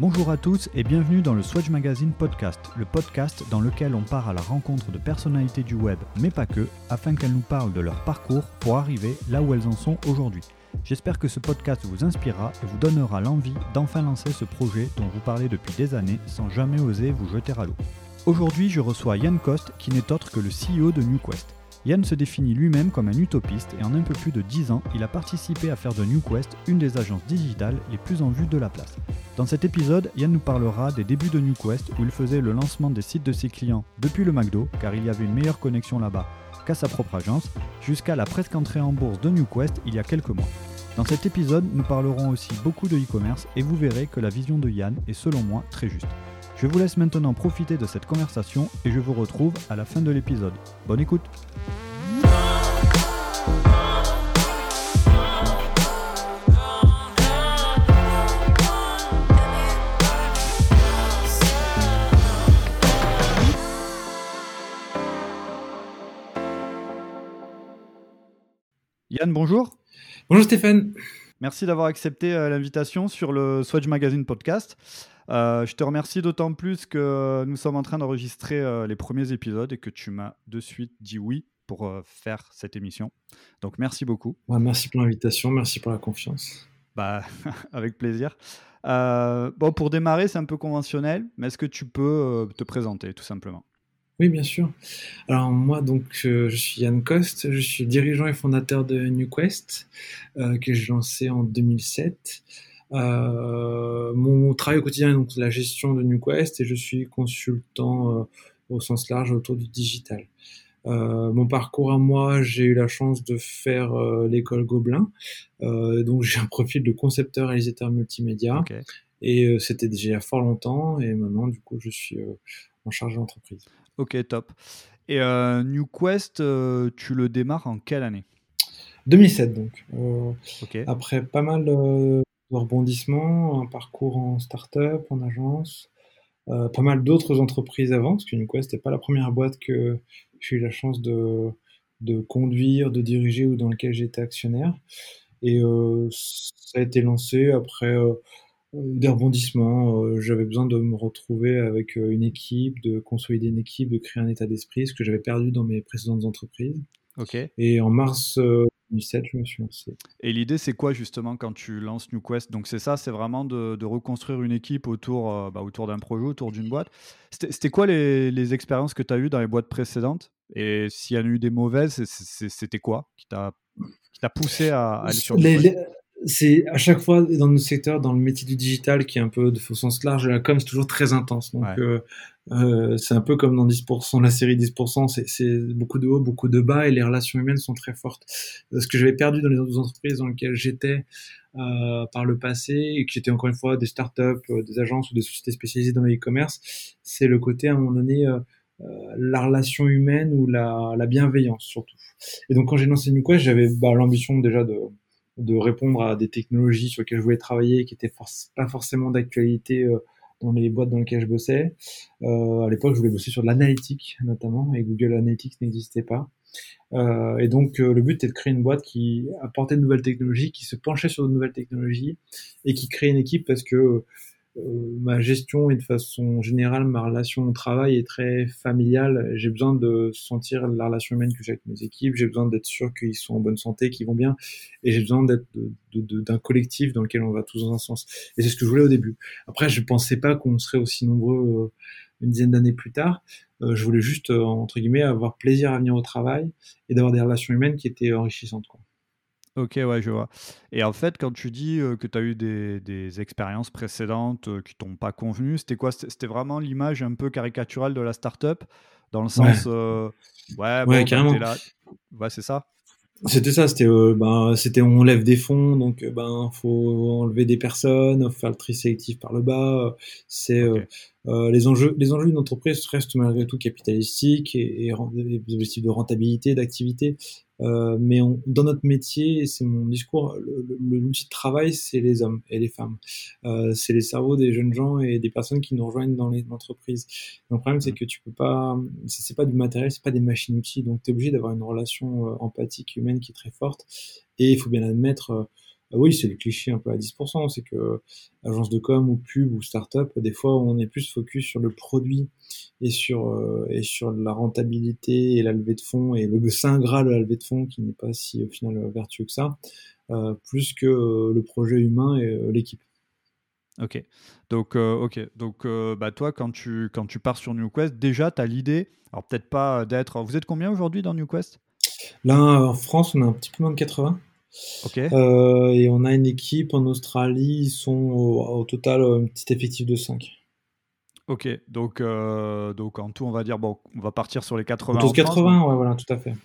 Bonjour à tous et bienvenue dans le Swatch Magazine Podcast, le podcast dans lequel on part à la rencontre de personnalités du web, mais pas que, afin qu'elles nous parlent de leur parcours pour arriver là où elles en sont aujourd'hui. J'espère que ce podcast vous inspirera et vous donnera l'envie d'enfin lancer ce projet dont vous parlez depuis des années sans jamais oser vous jeter à l'eau. Aujourd'hui, je reçois Yann Coste qui n'est autre que le CEO de NewQuest. Yann se définit lui-même comme un utopiste et en un peu plus de 10 ans, il a participé à faire de NewQuest une des agences digitales les plus en vue de la place. Dans cet épisode, Yann nous parlera des débuts de NewQuest où il faisait le lancement des sites de ses clients depuis le McDo, car il y avait une meilleure connexion là-bas qu'à sa propre agence, jusqu'à la presque entrée en bourse de NewQuest il y a quelques mois. Dans cet épisode, nous parlerons aussi beaucoup de e-commerce et vous verrez que la vision de Yann est selon moi très juste. Je vous laisse maintenant profiter de cette conversation et je vous retrouve à la fin de l'épisode. Bonne écoute! Yann, bonjour. Bonjour Stéphane. Merci d'avoir accepté l'invitation sur le Swatch Magazine Podcast. Je te remercie d'autant plus que nous sommes en train d'enregistrer les premiers épisodes et que tu m'as de suite dit oui pour faire cette émission. Donc merci beaucoup. Ouais, merci pour l'invitation, merci pour la confiance. Avec plaisir. Pour démarrer, c'est un peu conventionnel, mais est-ce que tu peux te présenter tout simplement ? Oui, bien sûr. Alors moi, je suis Yann Coste, je suis dirigeant et fondateur de NewQuest, que j'ai lancé en 2007. Mon travail au quotidien est donc la gestion de NewQuest et je suis consultant au sens large autour du digital. Mon parcours à moi, j'ai eu la chance de faire l'école Gobelin, donc j'ai un profil de concepteur réalisateur multimédia. Okay. Et c'était déjà il y a fort longtemps et maintenant du coup je suis en charge d'entreprise. Ok, top. Et NewQuest, tu le démarres en quelle année ? 2007 donc. Okay. Après pas mal de rebondissements, un parcours en start-up, en agence, pas mal d'autres entreprises avant, parce que NewQuest n'était pas la première boîte que j'ai eu la chance de conduire, de diriger ou dans laquelle j'étais actionnaire. Et ça a été lancé après des rebondissements. J'avais besoin de me retrouver avec une équipe, de consolider une équipe, de créer un état d'esprit, ce que j'avais perdu dans mes précédentes entreprises. Okay. Et en mars 2007, je me suis lancé. Et l'idée, c'est quoi justement quand tu lances NewQuest ? Donc c'est ça, c'est vraiment de reconstruire une équipe autour d'un projet, autour d'une boîte. C'était quoi les expériences que tu as eues dans les boîtes précédentes ? Et s'il y en a eu des mauvaises, c'était quoi qui t'a poussé à aller sur NewQuest ? C'est à chaque fois dans nos secteurs, dans le métier du digital, qui est un peu au sens large de la com, c'est toujours très intense. Donc, c'est un peu comme dans 10%, la série 10%, c'est beaucoup de hauts, beaucoup de bas, et les relations humaines sont très fortes. Ce que j'avais perdu dans les autres entreprises dans lesquelles j'étais par le passé, et qui étaient encore une fois des startups, des agences ou des sociétés spécialisées dans le e-commerce, c'est le côté à un moment donné la relation humaine ou la bienveillance surtout. Et donc quand j'ai lancé NewQuest, j'avais l'ambition déjà de répondre à des technologies sur lesquelles je voulais travailler qui n'étaient pas forcément d'actualité dans les boîtes dans lesquelles je bossais. À l'époque, je voulais bosser sur de l'analytique notamment, et Google Analytics n'existait pas. Et donc, le but était de créer une boîte qui apportait de nouvelles technologies, qui se penchait sur de nouvelles technologies et qui créait une équipe parce que ma gestion et de façon générale, ma relation au travail est très familiale. J'ai besoin de sentir la relation humaine que j'ai avec mes équipes. J'ai besoin d'être sûr qu'ils sont en bonne santé, qu'ils vont bien. Et j'ai besoin d'être d'un collectif dans lequel on va tous dans un sens. Et c'est ce que je voulais au début. Après, je pensais pas qu'on serait aussi nombreux une dizaine d'années plus tard. Je voulais juste, entre guillemets, avoir plaisir à venir au travail et d'avoir des relations humaines qui étaient enrichissantes, quoi. Ok, ouais, je vois. Et en fait, quand tu dis que tu as eu des expériences précédentes qui t'ont pas convenu, c'était quoi ? C'était vraiment l'image un peu caricaturale de la startup, dans le sens, Ouais, carrément. t'es là. Ouais, c'est ça. C'était ça, c'était on lève des fonds, donc faut enlever des personnes, faut faire le tri sélectif par le bas. C'est Ok. les enjeux d'une entreprise restent malgré tout capitalistiques et des objectifs de rentabilité, d'activité. Mais dans notre métier, c'est mon discours, l'outil de travail, c'est les hommes et les femmes. C'est les cerveaux des jeunes gens et des personnes qui nous rejoignent dans les entreprises. Donc, le problème, c'est que tu peux pas, c'est pas du matériel, c'est pas des machines-outils. Donc, tu es obligé d'avoir une relation empathique humaine qui est très forte. Et il faut bien admettre, Oui, c'est le cliché un peu à 10%. C'est que agence de com ou pub ou start-up, des fois, on est plus focus sur le produit et sur la rentabilité et la levée de fonds et le saint graal de la levée de fonds qui n'est pas si au final vertueux que ça, plus que le projet humain et l'équipe. Ok. Donc, bah, toi, quand tu pars sur NewQuest, déjà, tu as l'idée, alors peut-être pas d'être. Vous êtes combien aujourd'hui dans NewQuest? Là, en France, on a un petit peu moins de 80. Ok. Et on a une équipe en Australie, ils sont au total un petit effectif de 5. Ok. Donc en tout, on va dire, bon, on va partir sur les 80 Autour en de France. Donc, 80, ouais, voilà, tout à fait.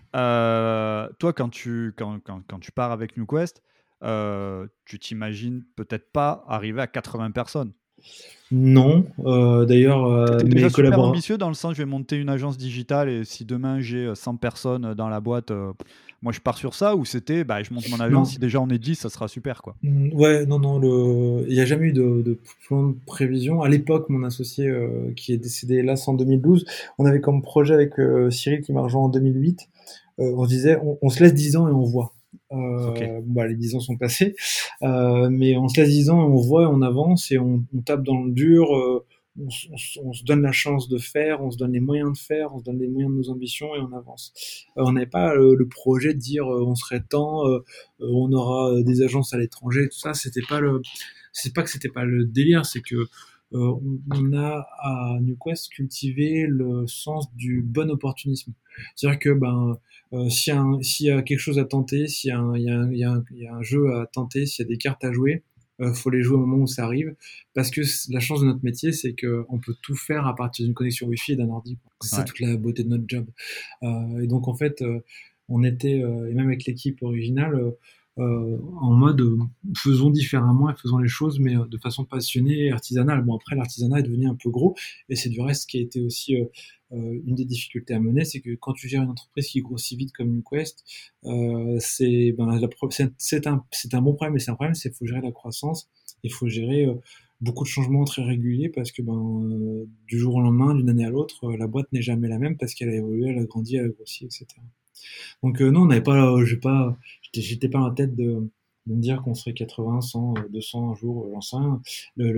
toi, quand tu pars avec NewQuest, tu t'imagines peut-être pas arriver à 80 personnes. Non, d'ailleurs, T'es déjà mes super collaborateurs. ambitieux dans le sens, je vais monter une agence digitale et si demain j'ai 100 personnes dans la boîte, moi je pars sur ça ou c'était, bah, je monte mon agence, Non. si déjà on est 10, ça sera super quoi. Ouais, non, non, il n'y a jamais eu de plan de prévision. À l'époque, mon associé, qui est décédé hélas en 2012, on avait comme projet avec Cyril qui m'a rejoint en 2008. On se disait, on se laisse 10 ans et on voit. Ok, Bon, bah, les 10 ans sont passés, mais on se laisse 10 ans et on voit, et on avance et on tape dans le dur. On se donne la chance de faire, on se donne les moyens de faire, on se donne les moyens de nos ambitions et on avance. On n'avait pas le projet de dire on serait temps, on aura des agences à l'étranger, tout ça. C'est pas que c'était pas le délire, c'est que on a à NewQuest cultivé le sens du bon opportunisme. C'est-à-dire que ben s'il y a quelque chose à tenter, s'il y a un, il y a un, il y a un, il y a un jeu à tenter, s'il y a des cartes à jouer, faut les jouer au moment où ça arrive, parce que la chance de notre métier, c'est que on peut tout faire à partir d'une connexion Wi-Fi et d'un ordi, quoi. C'est ça ouais. toute la beauté de notre job. Et donc en fait, on était, et même avec l'équipe originale, en mode faisons différemment et faisons les choses, mais de façon passionnée et artisanale. Bon, après, l'artisanat est devenu un peu gros, et c'est du reste qui a été aussi une des difficultés à mener, c'est que quand tu gères une entreprise qui grossit vite comme NewQuest, c'est ben, c'est un bon problème, mais c'est un problème, c'est qu'il faut gérer la croissance, il faut gérer beaucoup de changements très réguliers parce que du jour au lendemain, d'une année à l'autre, la boîte n'est jamais la même parce qu'elle a évolué, elle a grandi, elle a grossi, etc. Donc non, on n'avait pas, j'étais pas en tête de me dire qu'on serait 80, 100, 200 un jour, j'en sais rien.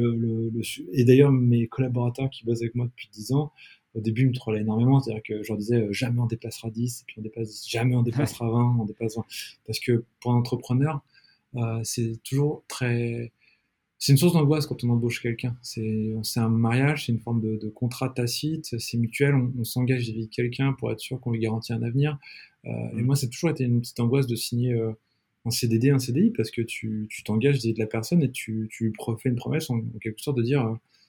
Et d'ailleurs, mes collaborateurs qui bossent avec moi depuis 10 ans, au début, ils me trollaient énormément. C'est-à-dire que je leur disais jamais on dépassera 10, et puis on dépasse 10, jamais on dépassera 20, on dépasse 20. Parce que pour un entrepreneur, c'est toujours très, c'est une source d'angoisse quand on embauche quelqu'un. C'est un mariage, c'est une forme de contrat tacite, c'est mutuel, on s'engage vis-à-vis de quelqu'un pour être sûr qu'on lui garantit un avenir. Et Mm. moi, c'est toujours été une petite angoisse de signer un CDD, un CDI, parce que tu t'engages vis-à-vis de la personne et tu lui fais une promesse en quelque sorte de dire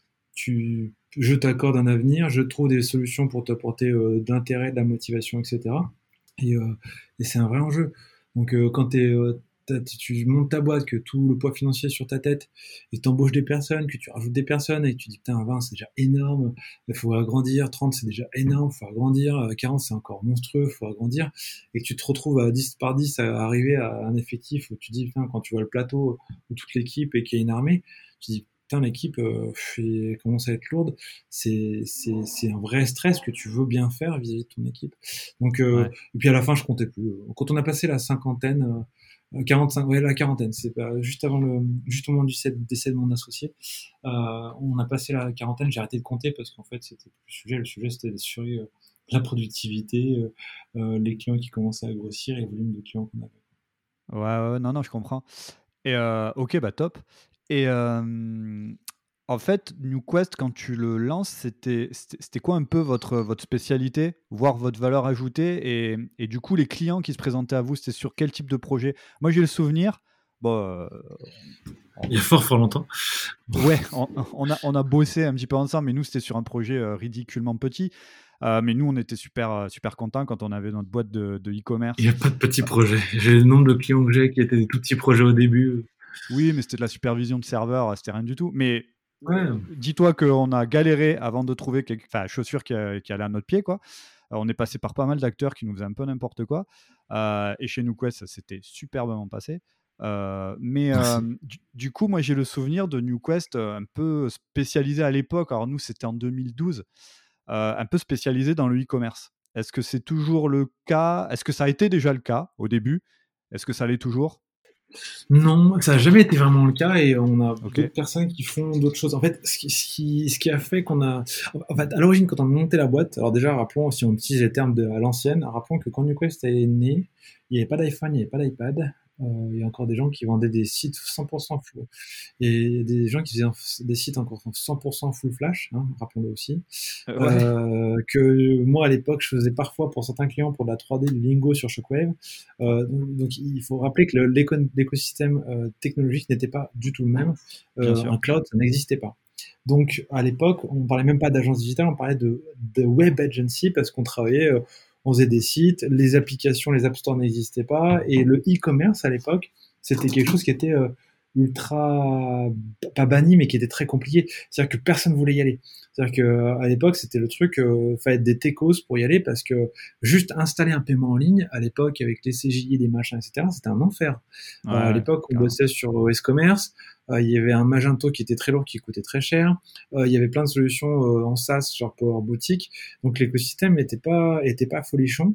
je t'accorde un avenir, je trouve des solutions pour t'apporter de l'intérêt, de la motivation, etc. Et, euh, et c'est un vrai enjeu. Donc quand tu montes ta boîte, que tout le poids financier est sur ta tête, et t'embauches des personnes, que tu rajoutes des personnes, et que tu dis putain 20 c'est déjà énorme, il faut agrandir, 30 c'est déjà énorme, il faut agrandir, 40 c'est encore monstrueux, il faut agrandir, et que tu te retrouves à 10 par 10 à arriver à un effectif où tu dis putain quand tu vois le plateau ou toute l'équipe et qu'il y a une armée, tu dis putain l'équipe commence à être lourde, c'est un vrai stress que tu veux bien faire vis-à-vis de ton équipe. Donc Ouais. et puis à la fin, je comptais plus. Quand on a passé la cinquantaine, 45, ouais, la quarantaine, c'est pas juste au moment du décès de mon associé, on a passé la quarantaine, j'ai arrêté de compter parce qu'en fait, c'était plus le sujet. Le sujet, c'était d'assurer la productivité, les clients qui commençaient à grossir et le volume de clients qu'on avait. Ouais, ouais, non, non, je comprends. Et ok, bah top. Et en fait, NewQuest, quand tu le lances, c'était quoi un peu votre spécialité, voire votre valeur ajoutée et du coup, les clients qui se présentaient à vous, c'était sur quel type de projet? Moi, j'ai le souvenir, bon, Il y a fort, fort longtemps. ouais, on a bossé un petit peu ensemble, mais nous, c'était sur un projet ridiculement petit. Mais nous, on était super contents quand on avait notre boîte de Il n'y e-commerce. a pas de petits projets. J'ai le nombre de clients que j'ai qui étaient des tout petits projets au début. Oui, mais c'était de la supervision de serveur, c'était rien du tout. Mais Ouais. dis-toi qu'on a galéré avant de trouver enfin, chaussures qui allaient à notre pied, quoi. On est passé par pas mal d'acteurs qui nous faisaient un peu n'importe quoi. Et chez nous, quoi, ça s'était superbement passé. Mais Merci. du coup, moi, j'ai le souvenir de NewQuest un peu spécialisé à l'époque. Alors, nous, c'était en 2012, un peu spécialisé dans le e-commerce. Est-ce que c'est toujours le cas? Est-ce que ça a été déjà le cas au début? Est-ce que ça l'est toujours? Non, ça n'a jamais été vraiment le cas et on a Ok. d'autres personnes qui font d'autres choses. En fait, ce qui a fait qu'on a... En fait, à l'origine, quand on a monté la boîte, alors déjà, rappelons, si on utilise les termes à l'ancienne, rappelons que quand NewQuest est né, il n'y avait pas d'iPhone, il n'y avait pas d'iPad. Il y a encore des gens qui vendaient des sites 100% full. Et des gens qui faisaient des sites encore 100% full flash, hein, rappelons-le aussi. Ouais. Que moi, à l'époque, je faisais parfois pour certains clients pour de la 3D, du Lingo sur Shockwave. Donc, il faut rappeler que l'écosystème technologique n'était pas du tout le même. Bien sûr. Un cloud, ça n'existait pas. Donc, à l'époque, on parlait même pas d'agence digitale, on parlait de web agency parce qu'on travaillait, on faisait des sites, les applications, les app stores n'existaient pas et le e-commerce à l'époque, c'était quelque chose qui était ultra, pas banni, mais qui était très compliqué. C'est-à-dire que personne voulait y aller. C'est-à-dire qu'à l'époque, c'était le truc, fallait être des techos pour y aller parce que juste installer un paiement en ligne, à l'époque, avec les CJI, les machins, etc., c'était un enfer. Ouais, À ouais, l'époque, on carrément. bossait sur OS Commerce. Il y avait un Magento qui était très lourd, qui coûtait très cher. Il y avait plein de solutions en SaaS, genre Power Boutique. Donc l'écosystème était pas folichon.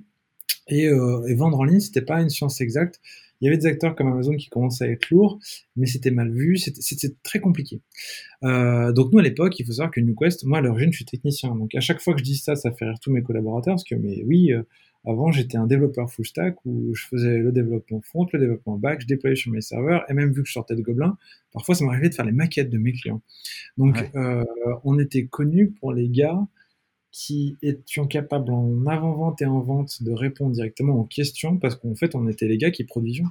Et vendre en ligne, c'était pas une science exacte. Il y avait des acteurs comme Amazon qui commençaient à être lourds, mais c'était mal vu, c'était très compliqué. Donc nous à l'époque, il faut savoir que NewQuest, moi à l'origine, je suis technicien. Donc à chaque fois que je dis ça, ça fait rire tous mes collaborateurs, parce que mais oui, avant j'étais un développeur full stack où je faisais le développement front, le développement back, je déployais sur mes serveurs, et même vu que je sortais de Gobelin, parfois ça m'arrivait de faire les maquettes de mes clients. Donc Ouais. on était connus pour les gars qui étions capables en avant-vente et en vente de répondre directement aux questions parce qu'en fait on était les gars qui produisions.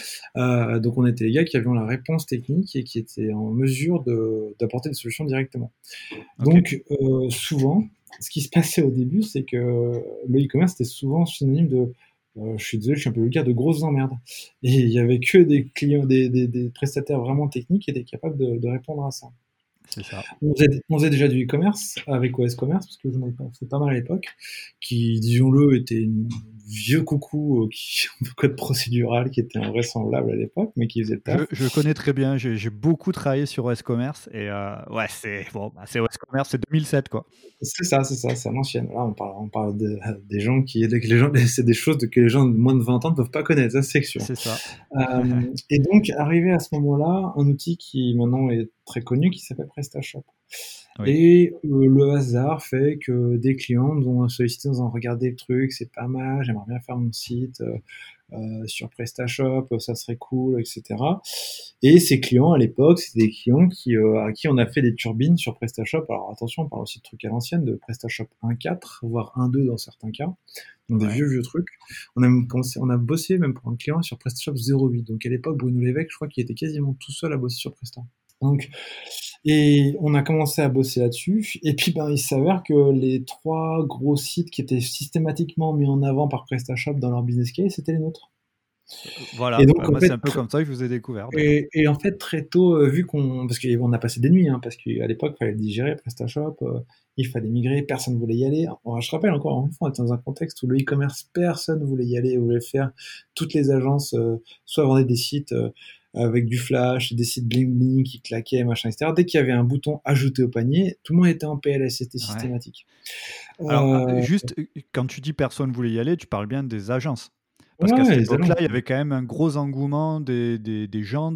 Donc on était les gars qui avions la réponse technique et qui étaient en mesure d'apporter des solutions directement. Ok. Donc souvent, ce qui se passait au début, c'est que le e-commerce était souvent synonyme de je suis désolé, je suis un peu vulgaire, de grosses emmerdes. Et il y avait que des clients, des prestataires vraiment techniques qui étaient capables de répondre à ça. C'est ça. On faisait déjà du e-commerce avec OS Commerce, parce que j'en avais fait pas mal à l'époque, qui, disons-le, était un vieux coucou qui en code procédural qui était invraisemblable à l'époque, mais qui faisait le taf. Je connais très bien. J'ai beaucoup travaillé sur OS Commerce et ouais, c'est bon, bah, c'est OS Commerce, c'est 2007 quoi. C'est à l'ancienne. Là, on parle des gens les gens, c'est des choses que les gens de moins de 20 ans ne peuvent pas connaître, ça c'est sûr. C'est ça. Et donc, arrivé à ce moment-là, un outil qui maintenant est très connu, qui s'appelle PrestaShop. Oui. Et le hasard fait que des clients nous ont sollicité, nous ont regardé le truc, c'est pas mal, j'aimerais bien faire mon site sur PrestaShop, ça serait cool, etc. Et ces clients, à l'époque, c'était des clients à qui on a fait des turbines sur PrestaShop. Alors attention, on parle aussi de trucs à l'ancienne, de PrestaShop 1.4, voire 1.2 dans certains cas. Donc des Ouais. vieux trucs. On a bossé même pour un client sur PrestaShop 0.8. Donc à l'époque, Bruno Lévesque, je crois qu'il était quasiment tout seul à bosser sur Presta. Donc, et on a commencé à bosser là-dessus. Et puis, ben, il s'avère que les 3 gros sites qui étaient systématiquement mis en avant par PrestaShop dans leur business case, c'était les nôtres. Et Voilà. donc, Bah, en moi, c'est fait, un peu comme ça que je vous ai découvert d'ailleurs. et en fait, très tôt, vu parce qu'on a passé des nuits, hein, parce qu'à l'époque, il fallait le digérer, PrestaShop, il fallait migrer, personne ne voulait y aller. Alors, je rappelle encore une fois, on était dans un contexte où le e-commerce, personne ne voulait y aller, voulait faire. Toutes les agences, soit vendaient des sites avec du flash, des sites bling bling qui claquaient, machin, etc. Dès qu'il y avait un bouton ajouter au panier, tout le monde était en PLS, c'était Ouais. systématique. Alors, Euh, juste, quand tu dis personne voulait y aller, tu parles bien des agences. Parce qu'à ouais, cette les époque-là, agences. il y avait quand même un gros engouement des gens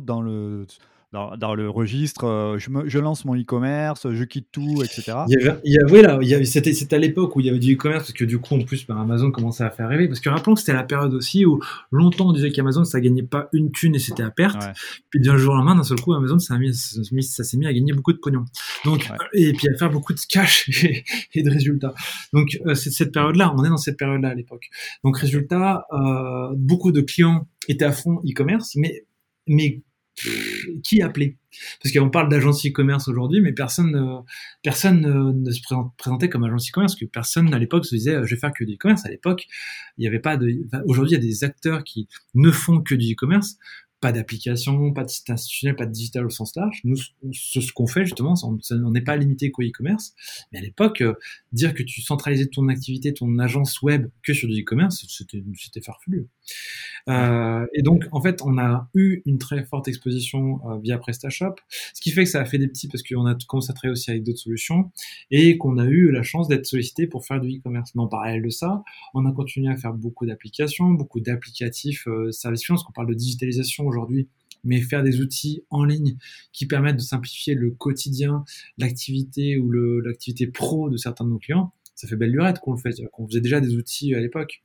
dans le registre. Je lance mon e-commerce, je quitte tout, etc. C'était à l'époque où il y avait du e-commerce, parce que du coup, en plus, ben, Amazon commençait à faire rêver. Parce que rappelons que c'était la période aussi où longtemps on disait qu'Amazon, ça gagnait pas une thune et c'était à perte. Ouais, Puis d'un jour au lendemain, d'un seul coup, Amazon, ça s'est mis à gagner beaucoup de pognon. Donc, ouais. et puis à faire beaucoup de cash et de résultats. Donc, c'est cette période-là, on est dans cette période-là à l'époque. Donc, résultat, beaucoup de clients étaient à fond e-commerce, mais qui appelait? Parce qu'on parle d'agence e-commerce aujourd'hui, mais personne ne se présentait comme agence e-commerce, parce que personne à l'époque se disait je vais faire que du e-commerce. À l'époque, il n'y avait pas de. Enfin, aujourd'hui, il y a des acteurs qui ne font que du e-commerce, pas d'application, pas de site institutionnel, pas de digital au sens large. Nous, ce qu'on fait justement, on n'est pas limité qu'au e-commerce. Mais à l'époque, dire que tu centralisais ton activité, ton agence web que sur du e-commerce, c'était farfelu. Ouais. Et donc, en fait, on a eu une très forte exposition via PrestaShop, ce qui fait que ça a fait des petits parce qu'on a commencé à travailler aussi avec d'autres solutions et qu'on a eu la chance d'être sollicité pour faire du e-commerce. Mais en parallèle de ça, on a continué à faire beaucoup d'applications, beaucoup d'applicatifs services finance. Quand on parle de digitalisation aujourd'hui, mais faire des outils en ligne qui permettent de simplifier le quotidien, l'activité ou l'activité pro de certains de nos clients, ça fait belle lurette qu'on le fait. C'est-à-dire qu'on faisait déjà des outils à l'époque.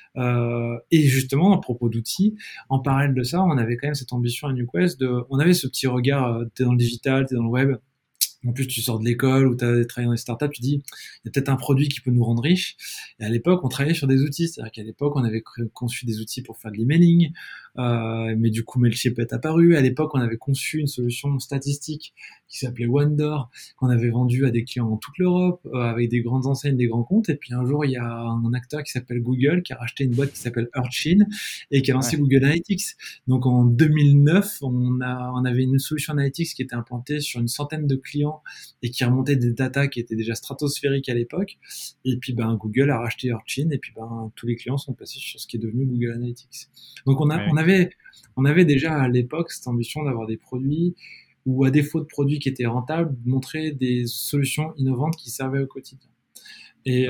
Et justement, à propos d'outils, en parallèle de ça, on avait quand même cette ambition à NewQuest on avait ce petit regard, t'es dans le digital, t'es dans le web, en plus, tu sors de l'école ou tu as travaillé dans des startups, tu dis, il y a peut-être un produit qui peut nous rendre riches. Et à l'époque, on travaillait sur des outils. C'est-à-dire qu'à l'époque, on avait conçu des outils pour faire de l'emailing, mais du coup, Mailchimp est apparu. À l'époque, on avait conçu une solution statistique qui s'appelait Wonder, qu'on avait vendue à des clients en toute l'Europe, avec des grandes enseignes, des grands comptes. Et puis un jour, il y a un acteur qui s'appelle Google, qui a racheté une boîte qui s'appelle Urchin et qui a lancé Google Analytics. Donc en 2009, on avait une solution Analytics qui était implantée sur une centaine de clients et qui remontait des data qui étaient déjà stratosphériques à l'époque. Et puis, Google a racheté Urchin et puis, tous les clients sont passés sur ce qui est devenu Google Analytics. Donc, on avait déjà à l'époque cette ambition d'avoir des produits ou à défaut de produits qui étaient rentables, montrer des solutions innovantes qui servaient au quotidien. Et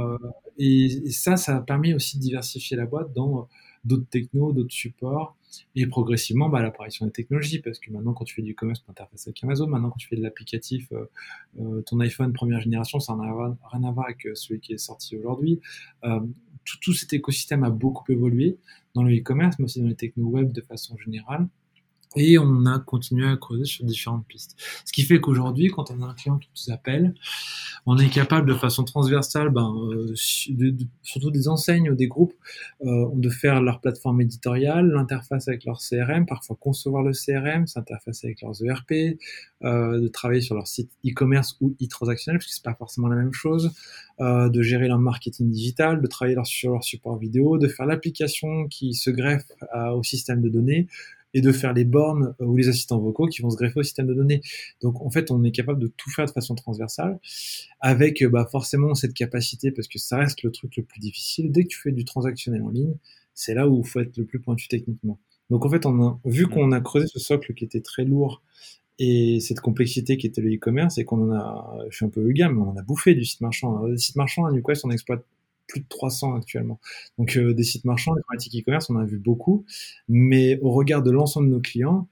ça a permis aussi de diversifier la boîte dans d'autres technos, d'autres supports, et progressivement l'apparition des technologies, parce que maintenant quand tu fais du e-commerce, tu t'interfaces avec Amazon, maintenant quand tu fais de l'applicatif, ton iPhone première génération, ça n'a rien à voir avec celui qui est sorti aujourd'hui. Tout cet écosystème a beaucoup évolué dans le e-commerce, mais aussi dans les technos web de façon générale. Et on a continué à creuser sur différentes pistes. Ce qui fait qu'aujourd'hui, quand on a un client qui nous appelle, on est capable de façon transversale, surtout des enseignes ou des groupes, de faire leur plateforme éditoriale, l'interface avec leur CRM, parfois concevoir le CRM, s'interfacer avec leurs ERP, de travailler sur leur site e-commerce ou e-transactionnel, parce que c'est pas forcément la même chose, de gérer leur marketing digital, de travailler sur leur support vidéo, de faire l'application qui se greffe au système de données, et de faire les bornes ou les assistants vocaux qui vont se greffer au système de données. Donc en fait, on est capable de tout faire de façon transversale, avec forcément cette capacité, parce que ça reste le truc le plus difficile. Dès que tu fais du transactionnel en ligne, c'est là où il faut être le plus pointu techniquement. Donc en fait, vu qu'on a creusé ce socle qui était très lourd, et cette complexité qui était le e-commerce, et je suis un peu vulgaire, mais on en a bouffé du site marchand. Des sites marchands, à NewQuest, on exploite plus de 300 actuellement. Donc des sites marchands, les problématiques e-commerce, on en a vu beaucoup, mais au regard de l'ensemble de nos clients,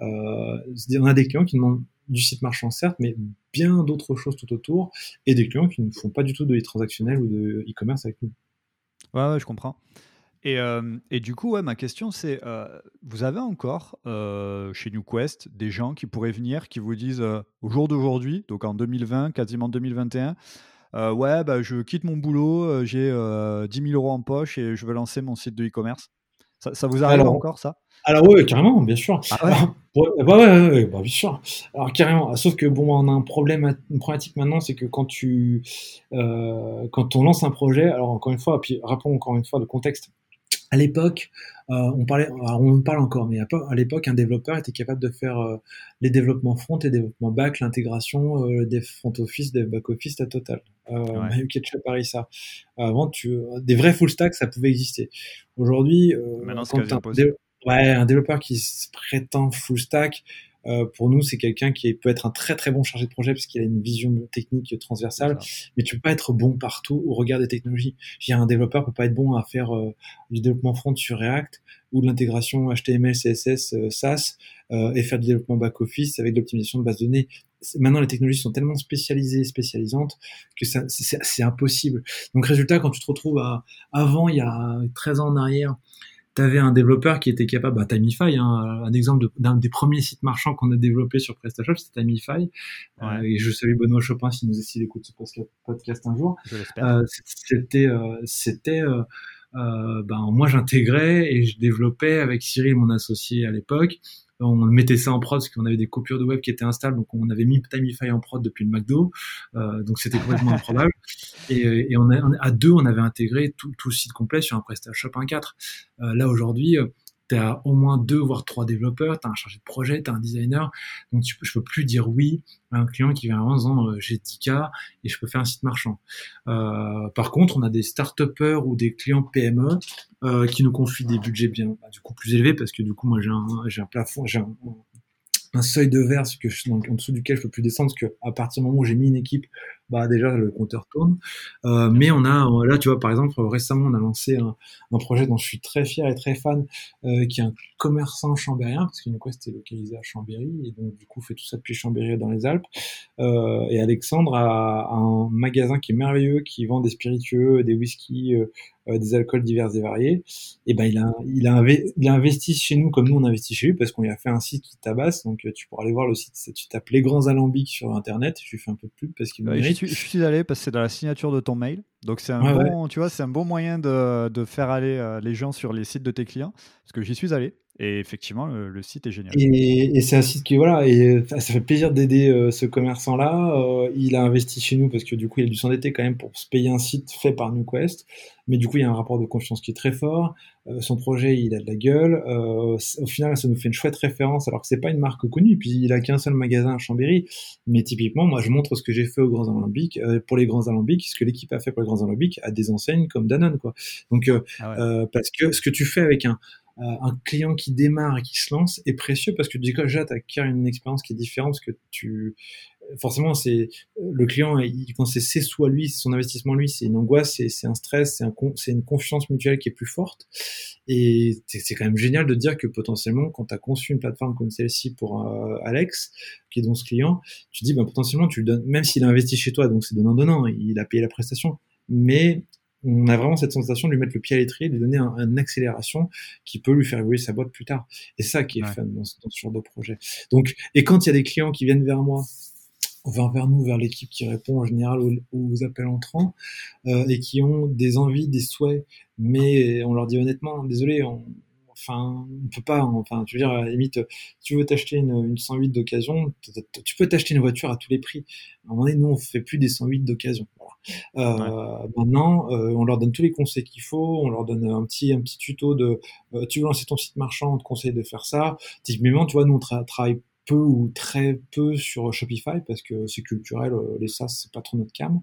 on a des clients qui demandent du site marchand certes, mais bien d'autres choses tout autour, et des clients qui ne font pas du tout de transactionnel ou de e-commerce avec nous. Ouais, je comprends. Et du coup, ma question c'est, vous avez encore chez NewQuest des gens qui pourraient venir, qui vous disent au jour d'aujourd'hui, donc en 2020, quasiment 2021, je quitte mon boulot, j'ai 10 000 euros en poche et je veux lancer mon site de e-commerce. Ça vous arrive encore, ça? Alors oui, carrément, bien sûr. Ah ouais? Ouais, bien sûr. Alors carrément, sauf que on a une problématique maintenant, c'est que quand on lance un projet, alors encore une fois, puis rappelons encore une fois le contexte. À l'époque, on parle encore, mais à l'époque, un développeur était capable de faire les développements front et développements back, l'intégration des front office, des back office, la totale. Mario Ketchup, pareil ça. Avant, des vrais full stack, ça pouvait exister. Aujourd'hui, maintenant, c'est quasi impossible. un développeur qui se prétend full stack, pour nous, c'est quelqu'un qui peut être un très très bon chargé de projet parce qu'il a une vision technique transversale, mais tu peux pas être bon partout au regard des technologies. Un développeur peut pas être bon à faire du développement front sur React ou de l'intégration HTML, CSS, SAS, et faire du développement back-office avec de l'optimisation de base de données. Maintenant, les technologies sont tellement spécialisantes que c'est impossible. Donc, résultat, quand tu te retrouves avant, il y a 13 ans en arrière, t'avais un développeur qui était capable, Timify, un exemple d'un des premiers sites marchands qu'on a développé sur PrestaShop, c'était Timify. Et je salue Benoît Chopin s'il écoute ce podcast un jour. Je l'espère. Moi j'intégrais et je développais avec Cyril, mon associé à l'époque. On mettait ça en prod parce qu'on avait des coupures de web qui étaient instables, donc on avait mis Timify en prod depuis le McDo, donc c'était complètement improbable. Et à deux, on avait intégré tout le site complet sur un PrestaShop 1.4. Là aujourd'hui, tu as au moins 2 voire 3 développeurs, tu as un chargé de projet, tu as un designer, donc je peux plus dire oui à un client qui vient en disant j'ai 10K et je peux faire un site marchand. Par contre, on a des start-upers ou des clients PME qui nous confient des budgets bien du coup plus élevés, parce que du coup moi j'ai un plafond, j'ai un seuil de verre en dessous duquel je peux plus descendre, parce que à partir du moment où j'ai mis une équipe bah déjà le compteur tourne. Mais on a là, tu vois, par exemple, récemment, on a lancé un projet dont je suis très fier et très fan, qui est un commerçant chambérien, parce qu'UniQuest est localisé à Chambéry, et donc du coup fait tout ça depuis Chambéry dans les Alpes. Et Alexandre a un magasin qui est merveilleux, qui vend des spiritueux, des whiskies, des alcools divers et variés. Et ben il a investi chez nous comme nous on investit chez lui, parce qu'on lui a fait un site qui tabasse. Donc tu pourras aller voir le site, tu tapes Les Grands Alambics sur internet. Je lui fais un peu de pub parce qu'il le mérite. Je suis allé parce que c'est dans la signature de ton mail. Donc c'est un Ouais, ouais. bon, tu vois, c'est un bon moyen de faire aller les gens sur les sites de tes clients. Parce que j'y suis allé. Et effectivement, le site est génial. Et c'est un site qui, voilà, et ça fait plaisir d'aider ce commerçant-là. Il a investi chez nous parce que du coup, il a dû s'endetter quand même pour se payer un site fait par NewQuest. Mais du coup, il y a un rapport de confiance qui est très fort. Son projet, il a de la gueule. Au final, ça nous fait une chouette référence, alors que c'est pas une marque connue. Puis il a qu'un seul magasin à Chambéry. Mais typiquement, moi, je montre ce que j'ai fait aux Grands Alambics, pour les Grands Alambics, ce que l'équipe a fait pour les Grands Alambics à des enseignes comme Danone, quoi. Donc, Ah ouais. parce que ce que tu fais avec un client qui démarre et qui se lance est précieux, parce que déjà tu acquiers une expérience qui est différente, parce que forcément c'est le client, quand c'est soit lui, c'est son investissement lui, c'est une angoisse, c'est un stress, c'est une confiance mutuelle qui est plus forte. Et c'est quand même génial de dire que potentiellement, quand tu as conçu une plateforme comme celle-ci pour Alex, qui est donc ce client, tu dis potentiellement tu le donnes, même s'il a investi chez toi, donc c'est donnant, il a payé la prestation, mais on a vraiment cette sensation de lui mettre le pied à l'étrier, de lui donner une accélération qui peut lui faire évoluer sa boîte plus tard. Et ça qui est fun dans ce genre de projet. Donc, et quand il y a des clients qui viennent vers moi, vers nous, vers l'équipe qui répond en général aux appels entrants, et qui ont des envies, des souhaits, mais on leur dit honnêtement, désolé, on peut pas, enfin, tu veux dire, à la limite, tu veux t'acheter une 108 d'occasion, tu peux t'acheter une voiture à tous les prix. À un moment donné, nous, on fait plus des 108 d'occasion. Voilà. Maintenant, on leur donne tous les conseils qu'il faut, on leur donne un petit tuto de, tu veux lancer ton site marchand, on te conseille de faire ça. Typiquement, tu vois, nous, on travaille peu ou très peu sur Shopify parce que c'est culturel, les SaaS, c'est pas trop notre cam.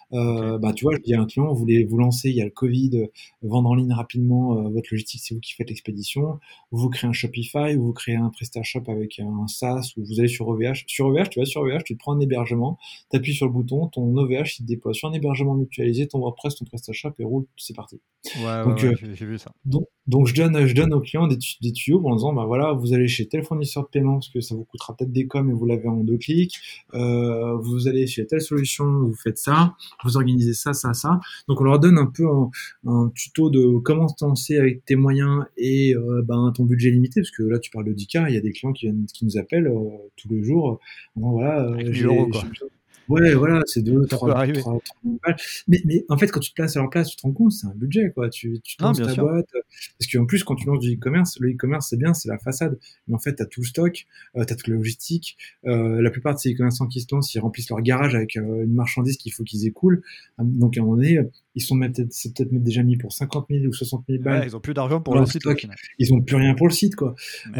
Tu vois, je dis à un client, vous voulez vous lancer, il y a le Covid, vendre en ligne rapidement, votre logistique, c'est vous qui faites l'expédition. Vous créez un Shopify, ou vous créez un PrestaShop avec un SaaS, ou vous allez sur OVH. Sur OVH, tu vas sur OVH, tu te prends un hébergement, tu appuies sur le bouton, ton OVH, il te déploie sur un hébergement mutualisé, ton WordPress, ton PrestaShop, et roule, c'est parti. Donc, J'ai vu ça. donc je donne aux clients des tuyaux en disant, voilà, vous allez chez tel fournisseur de paiement parce que ça vous coûtera peut-être des coms et vous l'avez en 2 clics. Vous allez chez telle solution, vous faites ça, vous organisez ça, ça, ça. Donc on leur donne un peu un tuto de comment se lancer avec tes moyens et ton budget limité, parce que là tu parles de 10K, il y a des clients qui nous appellent tous les jours. Voilà, Avec 1000 euros, quoi. Ouais, voilà, c'est 2, Ça 3, peut arriver. 3, 3 000 balles. Mais en fait, quand tu te places à leur place, tu te rends compte, c'est un budget, quoi. Tu Non, lances bien ta sûr. boîte. Parce qu'en plus, quand tu lances du e-commerce, le e-commerce, c'est bien, c'est la façade. Mais en fait, tu as tout le stock, tu as toute la logistique. La plupart de ces e-commerçants qui se lancent, ils remplissent leur garage avec une marchandise qu'il faut qu'ils écoulent. Donc, à un moment donné, ils sont c'est peut-être déjà mis pour 50 000 ou 60 000 balles Ils ont plus d'argent pour dans le leur site au stock. final. Ils ont plus rien pour le site, quoi.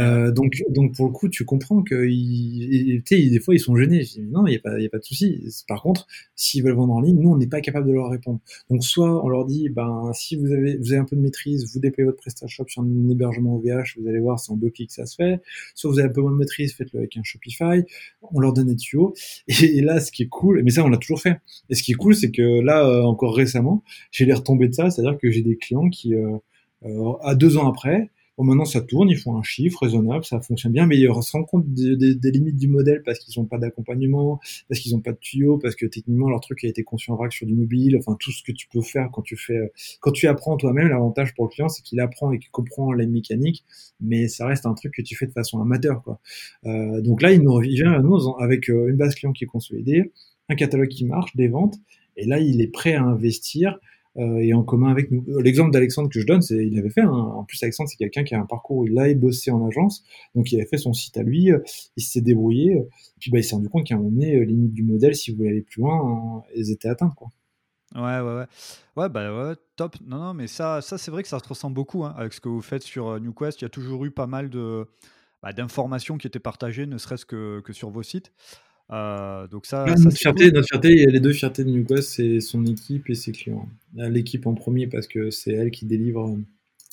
Donc pour le coup, tu comprends que des fois ils sont gênés. Je dis, non, il y a pas de souci. Par contre, s'ils veulent vendre en ligne, nous on n'est pas capable de leur répondre. Donc soit on leur dit, si vous avez un peu de maîtrise, vous déployez votre PrestaShop sur un hébergement OVH, vous allez voir, c'est en 2 clics ça se fait. Soit vous avez un peu moins de maîtrise, faites-le avec un Shopify. On leur donne des tuyaux. Et là, ce qui est cool, mais ça on l'a toujours fait. Et ce qui est cool, c'est que là, encore récemment, j'ai les retombées de ça, c'est-à-dire que j'ai des clients qui à 2 ans après, bon, maintenant ça tourne, ils font un chiffre raisonnable, ça fonctionne bien, mais ils se rendent compte des limites du modèle parce qu'ils n'ont pas d'accompagnement, parce qu'ils n'ont pas de tuyaux, parce que techniquement leur truc a été conçu en vrac sur du mobile, enfin tout ce que tu peux faire quand tu apprends toi-même, l'avantage pour le client c'est qu'il apprend et qu'il comprend les mécaniques, mais ça reste un truc que tu fais de façon amateur, quoi. Donc là, il vient à nous avec une base client qui est consolidée, un catalogue qui marche, des ventes, et là il est prêt à investir et en commun avec nous. L'exemple d'Alexandre que je donne, c'est il avait fait. En plus, Alexandre, c'est quelqu'un qui a un parcours où il a bossé en agence, donc il avait fait son site à lui, il s'est débrouillé, puis il s'est rendu compte qu'à un moment donné, les limites du modèle, si vous voulez aller plus loin, elles étaient atteintes, quoi. Ouais, top. Non, mais ça c'est vrai que ça se ressent beaucoup avec ce que vous faites sur NewQuest. Il y a toujours eu pas mal d'informations qui étaient partagées, ne serait-ce que sur vos sites. Donc Là, ça c'est cool. notre fierté, il y a les deux fiertés de NewQuest, c'est son équipe et ses clients. L'équipe en premier parce que c'est elle qui délivre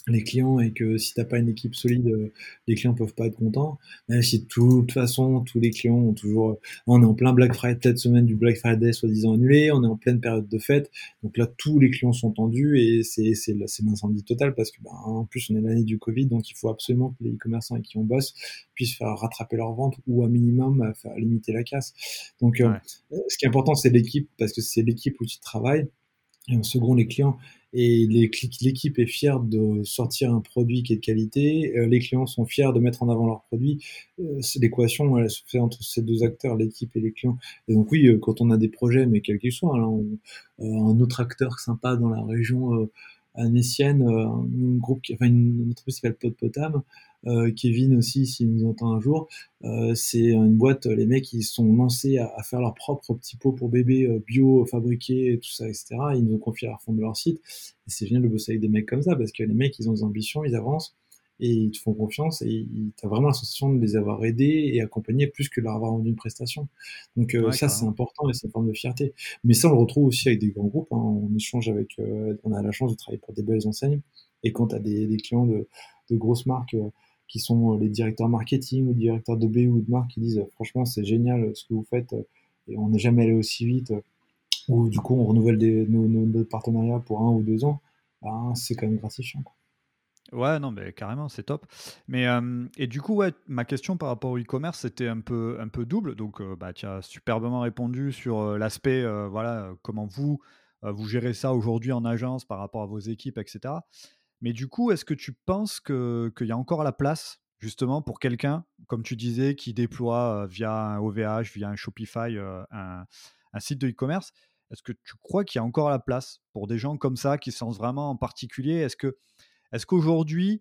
les clients et que si t'as pas une équipe solide, les clients peuvent pas être contents. Même si de toute façon, tous les clients ont toujours, on est en plein Black Friday, cette semaine du Black Friday soi-disant annulé, on est en pleine période de fête. Donc là, tous les clients sont tendus et c'est l'incendie total parce que, en plus, on est l'année du Covid, donc il faut absolument que les e-commerçants avec qui on bosse puissent faire rattraper leurs ventes ou à minimum faire limiter la casse. Donc, Ouais, ce qui est important, c'est l'équipe parce que c'est l'équipe où tu travailles. Et en second, les clients. Et l'équipe est fière de sortir un produit qui est de qualité. Les clients sont fiers de mettre en avant leur produit. C'est l'équation, elle se fait entre ces deux acteurs, l'équipe et les clients. Et donc oui, quand on a des projets, mais quels qu'ils soient, hein, un autre acteur sympa dans la région annécienne, un groupe, une entreprise qui s'appelle Podpotam, Kevin aussi, s'il nous entend un jour, c'est une boîte, les mecs, ils sont lancés à faire leurs propres petits pots pour bébés bio, fabriqués, et tout ça, etc. Ils nous ont confié à la refonte de leur site. Et c'est génial de bosser avec des mecs comme ça, parce que les mecs, ils ont des ambitions, ils avancent, et ils te font confiance, et t'as vraiment la sensation de les avoir aidés et accompagnés plus que de leur avoir rendu une prestation. Donc ouais, ça, c'est carrément. important, et c'est une forme de fierté. Mais ça, on le retrouve aussi avec des grands groupes, hein. On échange avec, on a la chance de travailler pour des belles enseignes, et quand t'as des clients de grosses marques, qui sont les directeurs marketing ou directeurs de B ou de marque qui disent franchement c'est génial ce que vous faites et on n'est jamais allé aussi vite ou du coup on renouvelle nos partenariats pour 1 ou 2 ans, ben, c'est quand même gratifiant, quoi. Ouais, non, mais carrément, c'est top. Mais, et du coup, ouais, ma question par rapport au e-commerce, c'était un peu double. Donc, bah, tu as superbement répondu sur, l'aspect, voilà, comment vous, vous gérez ça aujourd'hui en agence par rapport à vos équipes, et cetera. Mais du coup, est-ce que tu penses qu'il y a encore la place, justement, pour quelqu'un, comme tu disais, qui déploie, via un OVH, via un Shopify, un site de e-commerce? Est-ce que tu crois qu'il y a encore la place pour des gens comme ça, qui se sentent vraiment en particulier? Est-ce qu'aujourd'hui,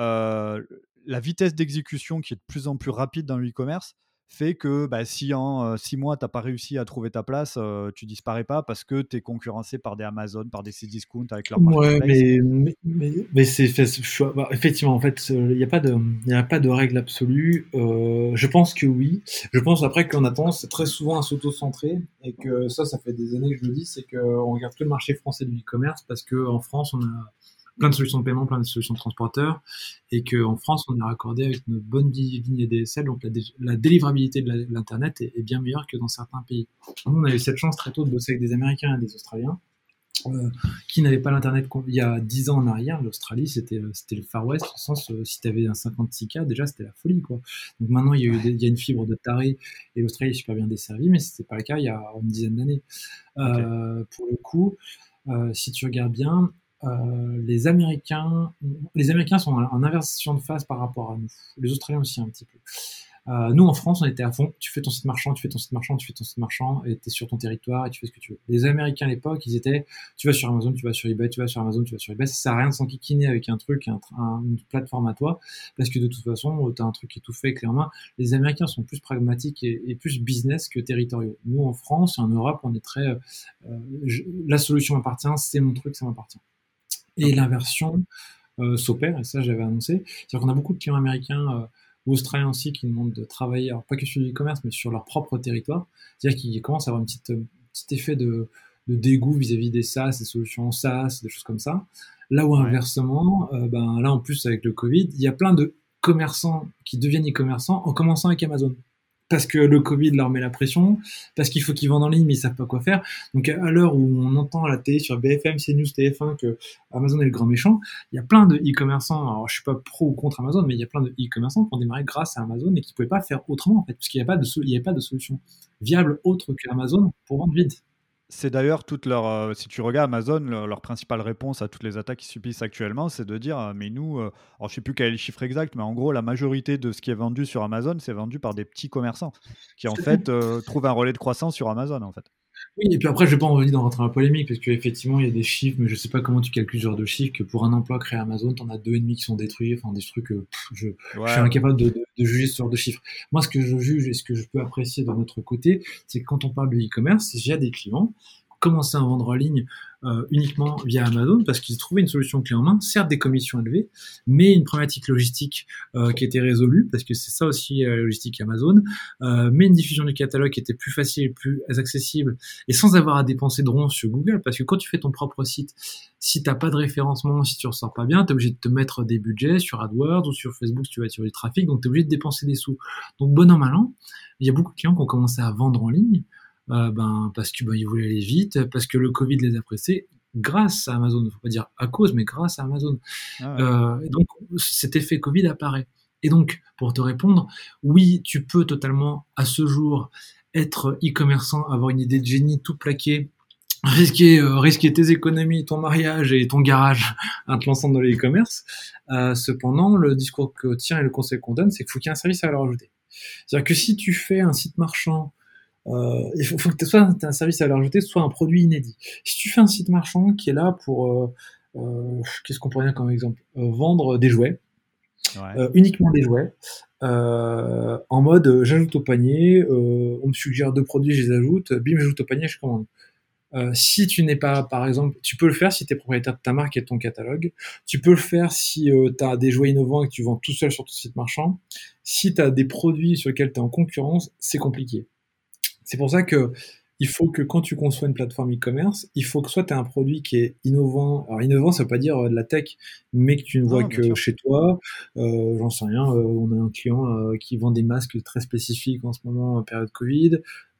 la vitesse d'exécution qui est de plus en plus rapide dans le e-commerce fait que, bah, si en 6 mois, tu as pas réussi à trouver ta place, tu disparais pas parce que tu es concurrencé par des Amazon, par des Cdiscount avec leur Ouais, marketplace? mais effectivement, en fait, il y a pas de règle absolue. Je pense que oui. Je pense après qu'on a tendance très souvent à s'auto-centrer et que ça fait des années que je le dis, c'est qu'on regarde que le marché français du e-commerce parce que en France, on a plein de solutions de paiement, plein de solutions de transporteurs et qu'en France, on est raccordé avec une bonne ligne ADSL, donc la délivrabilité de l'Internet est bien meilleure que dans certains pays. Nous, on a eu cette chance très tôt de bosser avec des Américains et des Australiens euh, qui n'avait pas l'internet il y a 10 ans en arrière. L'Australie, c'était le Far West, au sens, si tu avais un 56K, déjà, c'était la folie, quoi. Donc maintenant, il y a une fibre de taré et l'Australie est super bien desservie, mais c'était pas le cas il y a une dizaine d'années. OK. Pour le coup, si tu regardes bien, les Américains sont en inversion de phase par rapport à nous. Les Australiens aussi un petit peu. Nous, en France, on était à fond. Tu fais ton site marchand, tu fais ton site marchand, tu fais ton site marchand, et tu es sur ton territoire et tu fais ce que tu veux. Les Américains à l'époque, ils étaient, tu vas sur Amazon, tu vas sur eBay, tu vas sur Amazon, tu vas sur eBay. Ça sert à rien de s'enquiquiner avec un truc, une plateforme à toi, parce que de toute façon, tu as un truc qui est tout fait, clairement. Les Américains sont plus pragmatiques et plus business que territoriaux. Nous, en France et en Europe, on est très, la solution m'appartient, c'est mon truc, ça m'appartient. Et OK. l'inversion s'opère, et ça j'avais annoncé. C'est-à-dire qu'on a beaucoup de clients américains ou australiens aussi qui nous demandent de travailler, alors pas que sur l'e-commerce, mais sur leur propre territoire. C'est-à-dire qu'ils commencent à avoir petit effet de dégoût vis-à-vis des SaaS, des solutions SaaS, des choses comme ça. Là où Ouais. inversement, ben, là en plus avec le Covid, il y a plein de commerçants qui deviennent e-commerçants en commençant avec Amazon. Parce que le Covid leur met la pression, parce qu'il faut qu'ils vendent en ligne mais ils savent pas quoi faire. Donc à l'heure où on entend à la télé sur BFM, CNews, TF1 que Amazon est le grand méchant, il y a plein de e-commerçants, alors je suis pas pro ou contre Amazon, mais il y a plein de e-commerçants qui ont démarré grâce à Amazon et qui pouvaient pas faire autrement en fait, parce qu'il n'y avait pas il y avait pas de solution viable autre que Amazon pour vendre vite. C'est d'ailleurs toute leur, si tu regardes Amazon, leur principale réponse à toutes les attaques qu'ils subissent actuellement, c'est de dire, «Mais nous», alors je sais plus quel est le chiffre exact, mais en gros, la majorité de ce qui est vendu sur Amazon, c'est vendu par des petits commerçants qui, en fait, trouvent un relais de croissance sur Amazon, en fait. Oui, et puis après, je vais pas envie d'en rentrer dans la polémique, parce qu'effectivement, il y a des chiffres, mais je sais pas comment tu calcules ce genre de chiffres, que pour un emploi créé à Amazon, t'en as 2,5 qui sont détruits, enfin, des trucs, je suis Ouais, ouais. incapable de juger ce genre de chiffres. Moi, ce que je juge et ce que je peux apprécier de notre côté, c'est que quand on parle de e-commerce, c'est qu'il y a des clients, commencé à vendre en ligne uniquement via Amazon parce qu'ils trouvaient une solution clé en main, certes des commissions élevées, mais une problématique logistique qui était résolue, parce que c'est ça aussi la logistique Amazon, mais une diffusion du catalogue qui était plus facile et plus accessible, et sans avoir à dépenser de ronds sur Google, parce que quand tu fais ton propre site, si t'as pas de référencement, si tu ressors pas bien, t'es obligé de te mettre des budgets sur AdWords ou sur Facebook si tu vas attirer du trafic, donc t'es obligé de dépenser des sous. Donc bon an, mal an, il y a beaucoup de clients qui ont commencé à vendre en ligne, parce que ils voulaient aller vite, parce que le Covid les a pressés, grâce à Amazon. Faut pas dire à cause, mais grâce à Amazon. Ah ouais. Et donc cet effet Covid apparaît. Et donc, pour te répondre, oui, tu peux totalement, à ce jour, être e-commerçant, avoir une idée de génie, tout plaquer, risquer tes économies, ton mariage et ton garage en te lançant dans le e-commerce. Cependant, le discours que tient et le conseil qu'on donne, c'est qu'il faut qu'il y ait un service à valeur ajoutée. C'est-à-dire que si tu fais un site marchand, il faut que soit un service à valeur ajoutée, soit un produit inédit. Si tu fais un site marchand qui est là pour, qu'est-ce qu'on pourrait dire comme exemple, vendre des jouets, Ouais. uniquement des jouets, en mode j'ajoute au panier, on me suggère 2 produits, je les ajoute, bim, j'ajoute au panier, je commande. Si tu n'es pas, par exemple, tu peux le faire si tu es propriétaire de ta marque et de ton catalogue. Tu peux le faire si tu as des jouets innovants et que tu vends tout seul sur ton site marchand. Si tu as des produits sur lesquels tu es en concurrence, c'est compliqué. C'est pour ça que il faut que quand tu conçois une plateforme e-commerce, il faut que soit tu as un produit qui est innovant. Alors innovant, ça veut pas dire de la tech, mais que tu ne vois Non, bien que sûr. chez toi. J'en sais rien. On a un client qui vend des masques très spécifiques en ce moment en période Covid.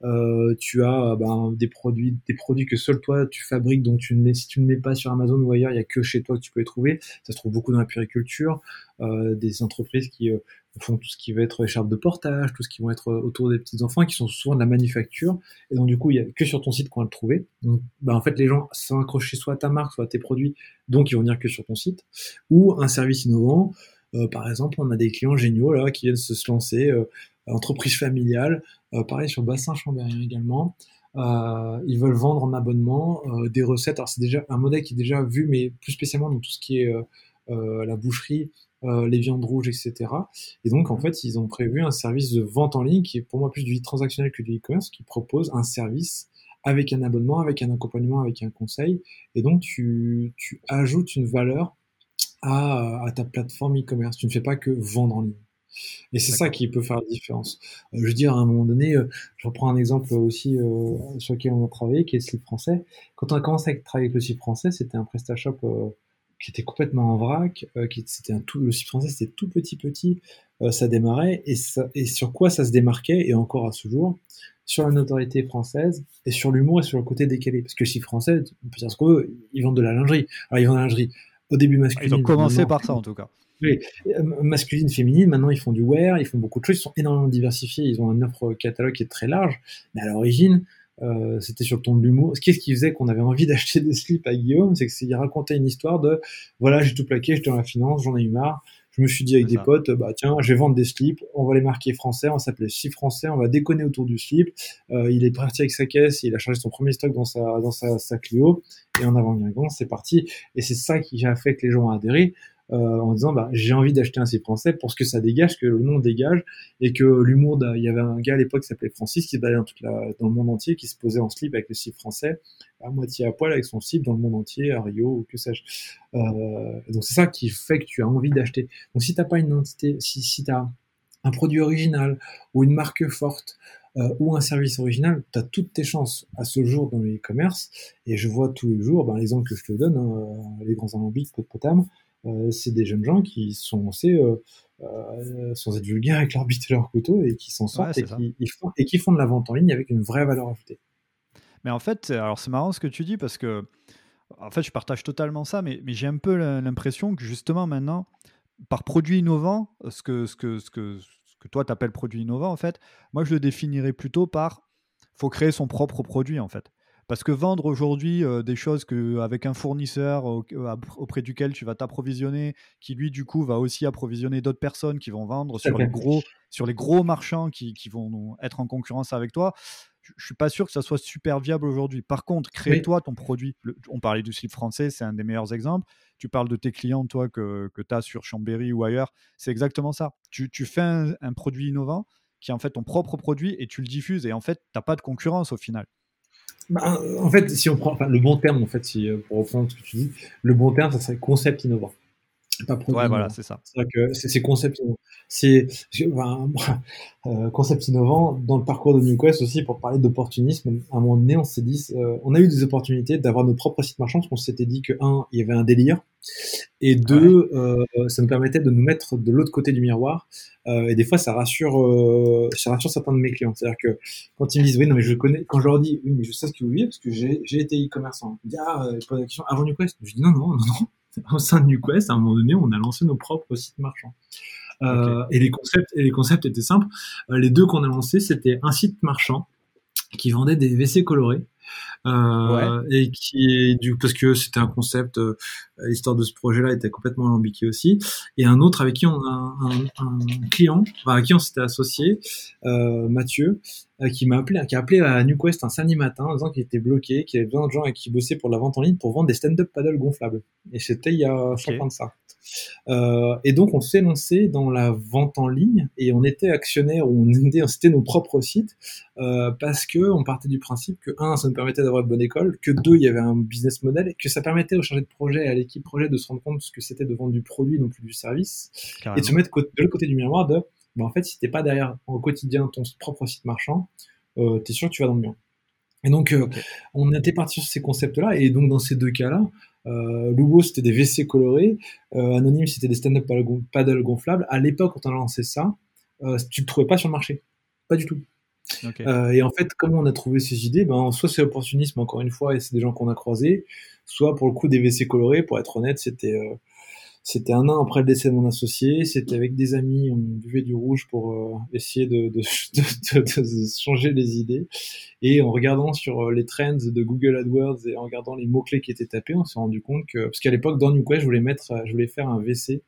Tu as des produits que seul toi tu fabriques, donc si tu ne mets pas sur Amazon ou ailleurs, il y a que chez toi que tu peux les trouver. Ça se trouve beaucoup dans la puriculture. Des entreprises qui font tout ce qui va être écharpe de portage, tout ce qui va être autour des petits enfants, qui sont souvent de la manufacture, et donc du coup il y a que sur ton site qu'on va le trouver. Donc en fait les gens sont accrochés soit à ta marque, soit à tes produits, donc ils vont venir que sur ton site, ou un service innovant. Par exemple, on a des clients géniaux là qui viennent se lancer, entreprise familiale, pareil sur Bassin Chambérien également. Ils veulent vendre en abonnement des recettes. Alors c'est déjà un modèle qui est déjà vu, mais plus spécialement dans tout ce qui est la boucherie, les viandes rouges, etc. Et donc, en Mhm. fait, ils ont prévu un service de vente en ligne qui est pour moi plus du transactionnel que du e-commerce, qui propose un service avec un abonnement, avec un accompagnement, avec un conseil. Et donc, tu ajoutes une valeur à ta plateforme e-commerce. Tu ne fais pas que vendre en ligne. Et c'est ça D'accord. qui peut faire la différence. Je veux dire, à un moment donné, je reprends un exemple aussi sur lequel on a travaillé, qui est le slip français. Quand on a commencé à travailler avec le slip français, c'était un PrestaShop qui était complètement en vrac. Le slip français, c'était tout petit. Ça démarrait. Et sur quoi ça se démarquait, et encore à ce jour, sur la notoriété française, et sur l'humour, et sur le côté décalé. Parce que le slip français, on peut dire ce qu'on veut, ils vendent de la lingerie. Alors, ils vendent de la lingerie au début Ils ont masculine, commencé maintenant par ça en tout cas. oui, masculine, féminine, maintenant ils font du wear, ils font beaucoup de choses, ils sont énormément diversifiés, ils ont un offre catalogue qui est très large, mais à l'origine, c'était sur le ton de l'humour. Qu'est-ce qui faisait qu'on avait envie d'acheter des slips à Guillaume? C'est qu'il racontait une histoire de, voilà, j'ai tout plaqué, j'étais dans la finance, j'en ai eu marre, je me suis dit avec C'est des ça. potes, bah tiens, je vais vendre des slips, on va les marquer français, on va s'appeler slip français, on va déconner autour du slip. Il est parti avec sa caisse, il a chargé son premier stock dans sa Clio, et en avant Guingamp, c'est parti. Et c'est ça qui a fait que les gens ont adhéré, en disant bah, j'ai envie d'acheter un slip français pour ce que ça dégage, que le nom dégage, et que l'humour, il y avait un gars à l'époque qui s'appelait Francis qui se baladait dans le monde entier, qui se posait en slip avec le slip français, à moitié à poil avec son slip dans le monde entier, à Rio ou que sais-je. Donc c'est ça qui fait que tu as envie d'acheter. Donc si t'as pas une identité, si tu as un produit original ou une marque forte, ou un service original, tu as toutes tes chances à ce jour dans le e-commerce. Et je vois tous les jours, l'exemple que je te donne, hein, les grands alambics, Potam, c'est des jeunes gens qui sont lancés, sans être vulgaires, avec leur bite et leur couteau, et qui s'en Ouais, sortent, et c'est ça. qui font de la vente en ligne avec une vraie valeur ajoutée. Mais en fait, alors c'est marrant ce que tu dis parce que, en fait, je partage totalement ça, mais j'ai un peu l'impression que justement maintenant, par produit innovant, ce que toi t'appelles produit innovant, en fait, moi je le définirais plutôt par faut créer son propre produit, en fait. Parce que vendre aujourd'hui des choses avec un fournisseur auprès duquel tu vas t'approvisionner, qui lui du coup va aussi approvisionner d'autres personnes qui vont vendre Tout à fait. sur les gros marchands qui vont être en concurrence avec toi, je ne suis pas sûr que ça soit super viable aujourd'hui. Par contre, Oui, crée-toi ton produit. On parlait du slip français, c'est un des meilleurs exemples. Tu parles de tes clients, toi, que tu as sur Chambéry ou ailleurs. C'est exactement ça. Tu fais un produit innovant qui est en fait ton propre produit et tu le diffuses. Et en fait, tu n'as pas de concurrence au final. En fait, si on prend le bon terme, en fait, pour reprendre ce que tu dis, le bon terme, ça serait concept innovant. Pas Ouais, produit voilà, innovant. c'est ça. C'est-à-dire que c'est concept innovant. C'est concept innovant dans le parcours de NewQuest aussi, pour parler d'opportunisme. À un moment donné, on s'est dit, on a eu des opportunités d'avoir nos propres sites marchands, parce qu'on s'était dit que, un, il y avait un délire, et Ouais. deux, ça nous permettait de nous mettre de l'autre côté du miroir. Et des fois, ça rassure certains de mes clients. C'est-à-dire que quand ils me disent, oui, non, mais je connais, quand je leur dis, oui, mais je sais ce que vous vivez, parce que j'ai été e-commerçant. Ils me disent, ils posent la question avant NewQuest. Je dis, non, non, non, non. Au sein de NewQuest, à un moment donné, on a lancé nos propres sites marchands. Ok. Et les concepts étaient simples. Les deux qu'on a lancés, c'était un site marchand qui vendait des WC colorés. Ouais. Et qui est parce que c'était un concept, l'histoire de ce projet-là était complètement alambiquée aussi. Et un autre avec qui on a un client, enfin, à qui on s'était associé, Mathieu, qui a appelé à NewQuest un samedi matin en disant qu'il était bloqué, qu'il avait besoin de gens et qui bossaient pour la vente en ligne pour vendre des stand-up paddle gonflables. Et c'était il y a Ok. 5 ans de ça. Et donc, on s'est lancé dans la vente en ligne et on était actionnaire, c'était nos propres sites, parce que on partait du principe que, un, ça nous permettait d'avoir une bonne école, que deux, il y avait un business model, et que ça permettait au chargé de projet et à l'équipe projet de se rendre compte de ce que c'était de vendre du produit, non plus du service, et de se Carrément. mettre de l'autre côté du miroir en fait, si t'es pas derrière au quotidien ton propre site marchand, t'es sûr que tu vas dans le mur. Et donc, Ok. on était parti sur ces concepts-là, et donc dans ces deux cas-là, Lubo, c'était des WC colorés, Anonyme, c'était des stand-up paddle gonflables. À l'époque, quand on a lancé ça, tu ne le trouvais pas sur le marché. Pas du tout. Ok. Et en fait, comment on a trouvé ces idées? Ben, soit c'est opportunisme, encore une fois, et c'est des gens qu'on a croisés, soit pour le coup des WC colorés, pour être honnête, c'était un an après le décès de mon associé, c'était avec des amis, on buvait du rouge pour essayer de changer les idées. Et en regardant sur les trends de Google AdWords et en regardant les mots-clés qui étaient tapés, on s'est rendu compte que, parce qu'à l'époque, dans NewQuest, je voulais faire un WC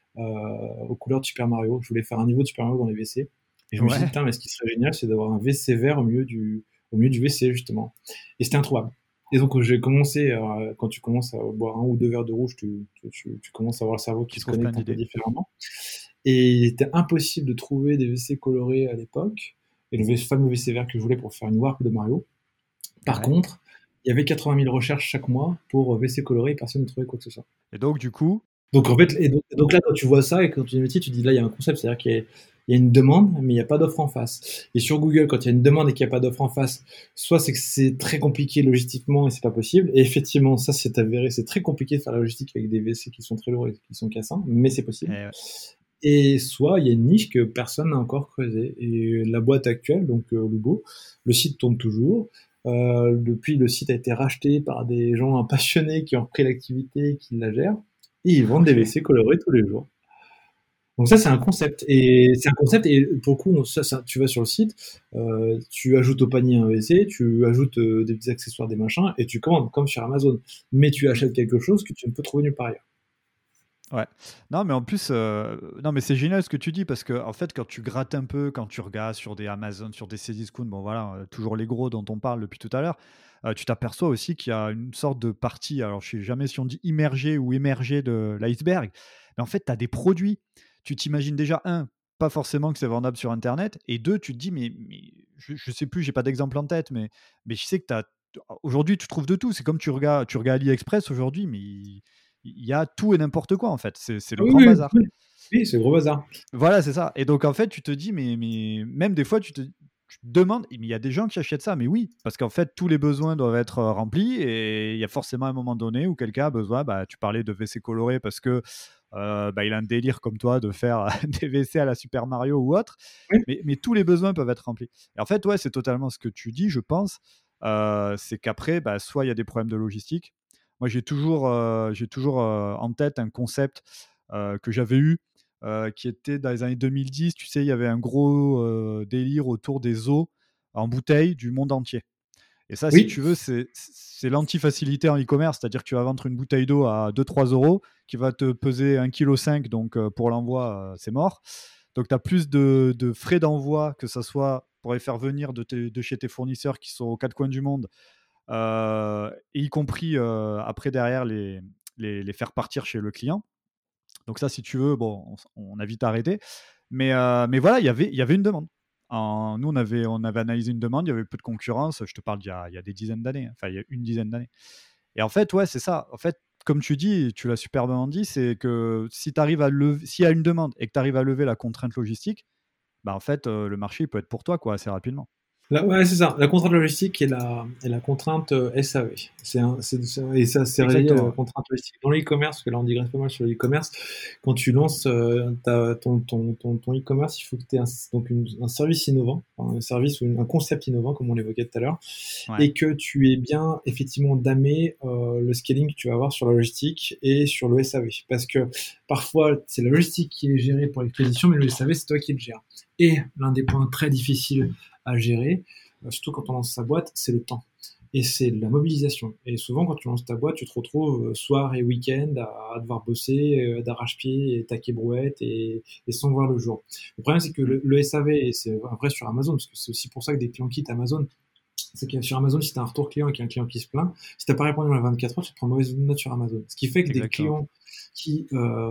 aux couleurs de Super Mario. Je voulais faire un niveau de Super Mario dans les WC. Et je me suis dit, Ouais. putain, mais ce qui serait génial, c'est d'avoir un WC vert au milieu du WC, justement. Et c'était introuvable. Et donc, j'ai commencé, quand tu commences à boire un ou deux verres de rouge, tu commences à avoir le cerveau qui Tu se trouves plein connecte un peu d'idées. différemment. Et il était impossible de trouver des WC colorés à l'époque. Et le fameux WC vert que je voulais pour faire une warp de Mario. Par Ouais. contre, il y avait 80 000 recherches chaque mois pour WC coloré et personne ne trouvait quoi que ce soit. Et donc, du coup, Donc en fait, et donc là, quand tu vois ça et quand tu dis métier, tu dis là, il y a un concept, c'est-à-dire qu'il y a une demande, mais il n'y a pas d'offre en face. Et sur Google, quand il y a une demande et qu'il n'y a pas d'offre en face, soit c'est que c'est très compliqué logistiquement et c'est pas possible. Et effectivement, ça c'est avéré, c'est très compliqué de faire la logistique avec des WC qui sont très lourds et qui sont cassants, mais c'est possible. ouais. Et soit il y a une niche que personne n'a encore creusée. Et la boîte actuelle, donc Lubo, le site tourne toujours. Depuis, le site a été racheté par des gens passionnés qui ont repris l'activité, qui la gèrent. Et ils vendent des Ok. WC colorés tous les jours. Donc ça, c'est un concept. Et c'est un concept. Et pour le coup, tu vas sur le site, tu ajoutes au panier un WC, tu ajoutes des petits accessoires, des machins, et tu commandes comme sur Amazon. Mais tu Mm. achètes quelque chose que tu ne peux trouver nulle part ailleurs. Ouais. Non, mais en plus, non, mais c'est génial ce que tu dis parce que en fait, quand tu grattes un peu, quand tu regardes sur des Amazon, sur des Cdiscount, bon voilà, toujours les gros dont on parle depuis tout à l'heure, tu t'aperçois aussi qu'il y a une sorte de partie, alors je sais jamais si on dit immergée ou émergée de l'iceberg, mais en fait, tu as des produits. Tu t'imagines déjà, un, pas forcément que c'est vendable sur Internet, et deux, tu te dis, mais je sais plus, j'ai pas d'exemple en tête, mais je sais que aujourd'hui, tu trouves de tout. C'est comme tu regardes AliExpress aujourd'hui, mais il y a tout et n'importe quoi en fait. C'est Ah le oui, grand oui, bazar. oui. Oui, c'est gros bazar. Voilà, c'est ça. Et donc en fait, tu te dis, mais même des fois, tu te demandes, mais il y a des gens qui achètent ça. Mais oui, parce qu'en fait, tous les besoins doivent être remplis et il y a forcément un moment donné où quelqu'un a besoin. Bah, tu parlais de WC coloré parce que bah, il a un délire comme toi de faire des WC à la Super Mario ou autre. Oui. Mais tous les besoins peuvent être remplis. Et en fait, ouais, c'est totalement ce que tu dis, je pense. C'est qu'après, bah, soit il y a des problèmes de logistique. Moi, j'ai toujours en tête un concept que j'avais eu qui était dans les années 2010. Tu sais, il y avait un gros délire autour des eaux en bouteille du monde entier. Et ça, si Oui. tu veux, c'est l'anti-facilité en e-commerce, c'est-à-dire que tu vas vendre une bouteille d'eau à 2-3 euros qui va te peser 1,5 kg, donc pour l'envoi, c'est mort. Donc tu as plus de frais d'envoi, que ce soit pour les faire venir de chez tes fournisseurs qui sont aux quatre coins du monde, et y compris après derrière les faire partir chez le client. Donc ça, si tu veux, bon, on a vite arrêté. Mais voilà, il y avait une demande. Nous, on avait analysé une demande, il y avait peu de concurrence. Je te parle il y a des dizaines d'années, enfin, il y a une dizaine d'années. Et en fait, ouais, c'est ça. En fait, comme tu dis, tu l'as superbement dit, c'est que si s'il y a une demande et que tu arrives à lever la contrainte logistique, bah, en fait, le marché il peut être pour toi, quoi, assez rapidement. Ouais, c'est ça. La contrainte logistique et la contrainte SAV. Et ça, c'est relié à la Exactement. contrainte logistique. Dans l'e-commerce, parce que là, on digresse pas mal sur l'e-commerce, quand tu lances ton e-commerce, il faut que tu aies un service innovant, un service ou un concept innovant, comme on l'évoquait tout à l'heure, Ouais. et que tu aies bien, effectivement, damé le scaling que tu vas avoir sur la logistique et sur le SAV. Parce que parfois, c'est la logistique qui est gérée pour l'expédition, mais le SAV, c'est toi qui le gères. Et l'un des points très difficiles à gérer, surtout quand on lance sa boîte, c'est le temps. Et c'est la mobilisation. Et souvent, quand tu lances ta boîte, tu te retrouves soir et week-end à devoir bosser d'arrache-pied et taquer brouette et sans voir le jour. Le problème, c'est que Mm. le SAV, et c'est vrai sur Amazon, parce que c'est aussi pour ça que des clients quittent Amazon, c'est que sur Amazon, si tu as un retour client et qu'il y a un client qui se plaint, si tu n'as pas répondu dans les 24 heures, tu te prends une mauvaise note sur Amazon. Ce qui fait que des Exactement. clients qui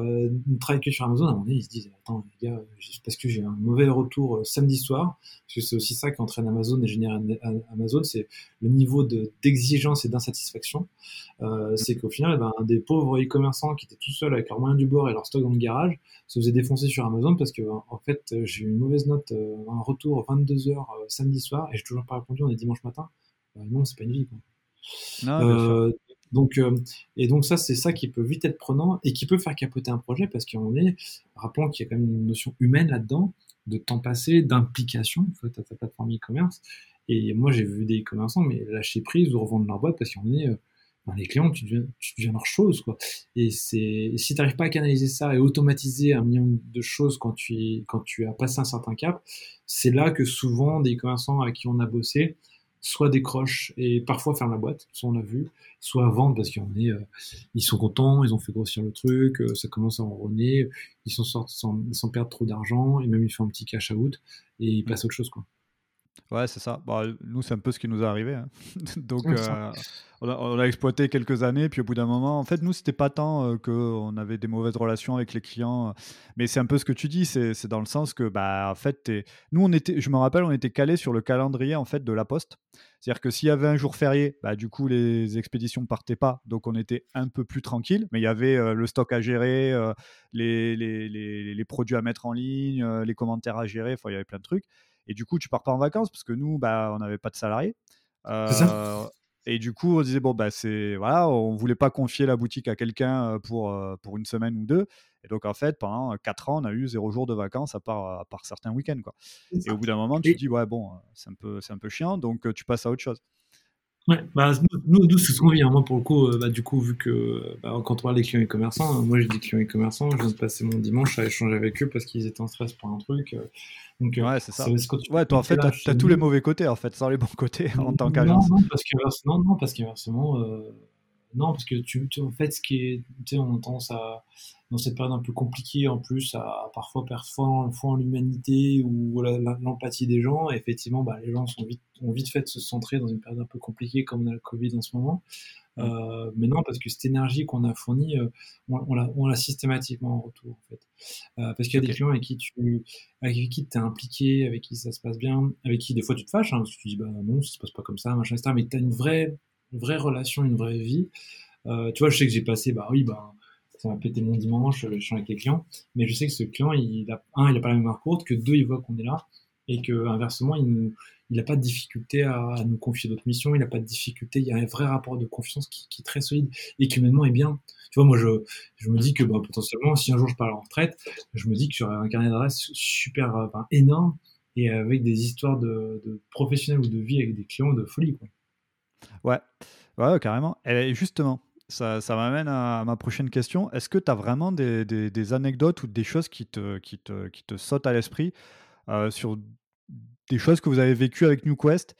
ne travaillent que sur Amazon, à un moment donné, ils se disent attends, les gars, parce que j'ai un mauvais retour samedi soir, parce que c'est aussi ça qui entraîne Amazon et génère Amazon, c'est le niveau d'exigence et d'insatisfaction. Mm. C'est qu'au final, ben, des pauvres e-commerçants qui étaient tout seuls avec leurs moyens du bord et leur stock dans le garage se faisaient défoncer sur Amazon parce que en fait, j'ai eu une mauvaise note, un retour 22 heures samedi soir et j'ai toujours pas répondu, on est dimanche matin. Non, c'est pas une vie, quoi. Non, bien sûr. Euh, donc, euh, et donc ça, c'est ça qui peut vite être prenant et qui peut faire capoter un projet parce qu'on est, rappelons qu'il y a quand même une notion humaine là-dedans, de temps passé, d'implication en fait, à ta plateforme e-commerce. Et moi, j'ai vu des e-commerçants mais lâcher prise ou revendre leur boîte parce qu'on est ben, les clients, tu deviens leur chose, quoi. Et si tu n'arrives pas à canaliser ça et automatiser un million de choses quand tu as passé un certain cap, c'est là que souvent des commerçants avec qui on a bossé soit décrochent et parfois ferment la boîte, ça on l'a vu, soit vendent parce ils sont contents, ils ont fait grossir le truc, ça commence à enronner, ils s'en sortent sans perdre trop d'argent et même ils font un petit cash out et ils Mm. passent à autre chose, quoi. Ouais, c'est ça. Bah, nous, c'est un peu ce qui nous est arrivé, hein. Donc, Ouais, c'est ça. on a exploité quelques années, puis au bout d'un moment, en fait, nous, c'était pas tant qu'on avait des mauvaises relations avec les clients, mais c'est un peu ce que tu dis, c'est dans le sens que, bah, en fait, nous, je me rappelle, on était calés sur le calendrier en fait de la Poste. C'est-à-dire que s'il y avait un jour férié, bah, du coup, les expéditions partaient pas, donc on était un peu plus tranquille, mais il y avait le stock à gérer, les produits à mettre en ligne, les commentaires à gérer, enfin, il y avait plein de trucs. Et du coup, tu pars pas en vacances parce que nous, bah, on n'avait pas de salariés. C'est ça. Euh, et du coup, on disait, bon, bah, voilà, on voulait pas confier la boutique à quelqu'un pour une semaine ou deux. Et donc, en fait, pendant 4 ans, on a eu 0 jour de vacances à part certains week-ends, quoi. C'est Et ça. au bout d'un moment, tu te Et dis, ouais, bon, c'est un peu chiant, donc tu passes à autre chose. ouais, bah, c'est ce qu'on vit, hein. Moi, pour le coup, bah, du coup, vu que bah, quand on parle des clients e-commerçants, moi j'ai des clients e-commerçants, je viens de passer mon dimanche à échanger avec eux parce qu'ils étaient en stress pour un truc. Ouais, c'est ça. C'est quand tu Ouais, toi, en fait, es là t'as chez tous les nous. mauvais côtés, en fait, sans les bons côtés en tant Non, qu'agence. non, parce qu'inversement, non, parce que en fait, ce qui est, tu sais, on a tendance à, dans cette période un peu compliquée, en plus, à parfois perdre foi en l'humanité ou l'empathie des gens. Et effectivement, bah, les gens ont vite fait de se centrer dans une période un peu compliquée comme on a le Covid en ce moment. Mm. Mais non, parce que cette énergie qu'on a fournie, on l'a systématiquement en retour, en fait. Parce qu'il y a des Ok. clients avec qui tu es impliqué, avec qui ça se passe bien, avec qui des fois tu te fâches, hein, parce que tu dis bah non, ça se passe pas comme ça, machin, etc. Mais tu as une vraie relation, une vraie vie. Tu vois, je sais que j'ai passé, bah oui, bah ça m'a pété mon dimanche, je suis avec les clients, mais je sais que ce client, il a pas la même heure courte, que deux, il voit qu'on est là, et que inversement, il n'a pas de difficulté à nous confier d'autres missions, il n'a pas de difficulté, il y a un vrai rapport de confiance qui est très solide et qui humainement est bien. Tu vois, moi, je me Mm. dis que bah, potentiellement, si un jour je pars en retraite, je me dis que j'aurai un carnet d'adresses super enfin, énorme et avec des histoires de professionnels ou de vie avec des clients de folie, quoi. Ouais, ouais, ouais, carrément. Et justement, ça m'amène à ma prochaine question. Est-ce que tu as vraiment des anecdotes ou des choses qui te sautent à l'esprit sur des choses que vous avez vécues avec NewQuest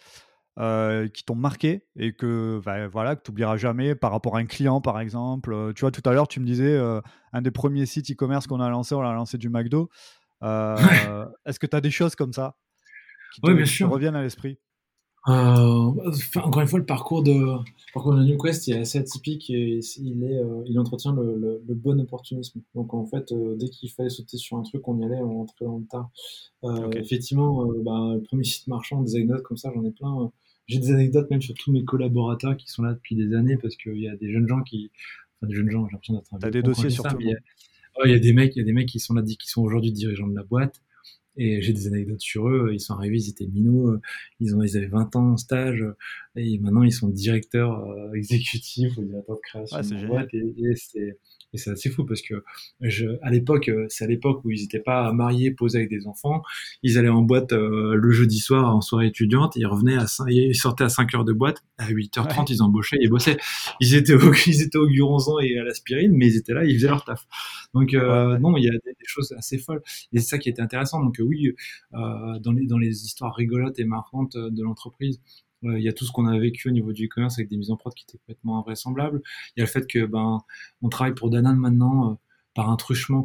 qui t'ont marqué et que bah, voilà, que tu n'oublieras jamais par rapport à un client, par exemple. Tu vois, tout à l'heure, tu me disais, un des premiers sites e-commerce qu'on a lancé, on a lancé du McDo. Est-ce que tu as des choses comme ça Ouais, qui te reviennent à l'esprit? Encore une fois, le parcours de NewQuest est assez atypique et il entretient le bon opportunisme. Donc en fait, dès qu'il fallait sauter sur un truc, on y allait, on rentrait dans le tas. Ok. Effectivement, le premier site marchand, des anecdotes comme ça, j'en ai plein. J'ai des anecdotes même sur tous mes collaborateurs qui sont là depuis des années parce qu'il y a des jeunes gens enfin des jeunes gens, j'ai l'impression d'être un T'as vieux des con quand dossiers je dis sur ça, tout le mais monde. il y a des mecs qui sont là, qui sont aujourd'hui dirigeants de la boîte. Et j'ai des anecdotes sur eux. Ils sont arrivés, ils étaient minots, ils avaient 20 ans en stage, et maintenant ils sont directeurs exécutifs ou directeurs de Ouais, création de c'est la génial. boîte. Et c'est assez fou parce que c'est à l'époque où ils n'étaient pas mariés, posés avec des enfants. Ils allaient en boîte le jeudi soir en soirée étudiante, et ils sortaient à 5 heures de boîte. À 8h30, Ouais. ils embauchaient, ils bossaient. Ils étaient au Guronzan et à l'aspirine, mais ils étaient là, ils faisaient leur taf. Donc Ouais, ouais. non, il y a des choses assez folles. Et c'est ça qui était intéressant. Donc oui, dans les histoires rigolotes et marquantes de l'entreprise, il y a tout ce qu'on a vécu au niveau du e-commerce avec des mises en prod qui étaient complètement invraisemblables. Il y a le fait que on travaille pour Danone maintenant par un truchement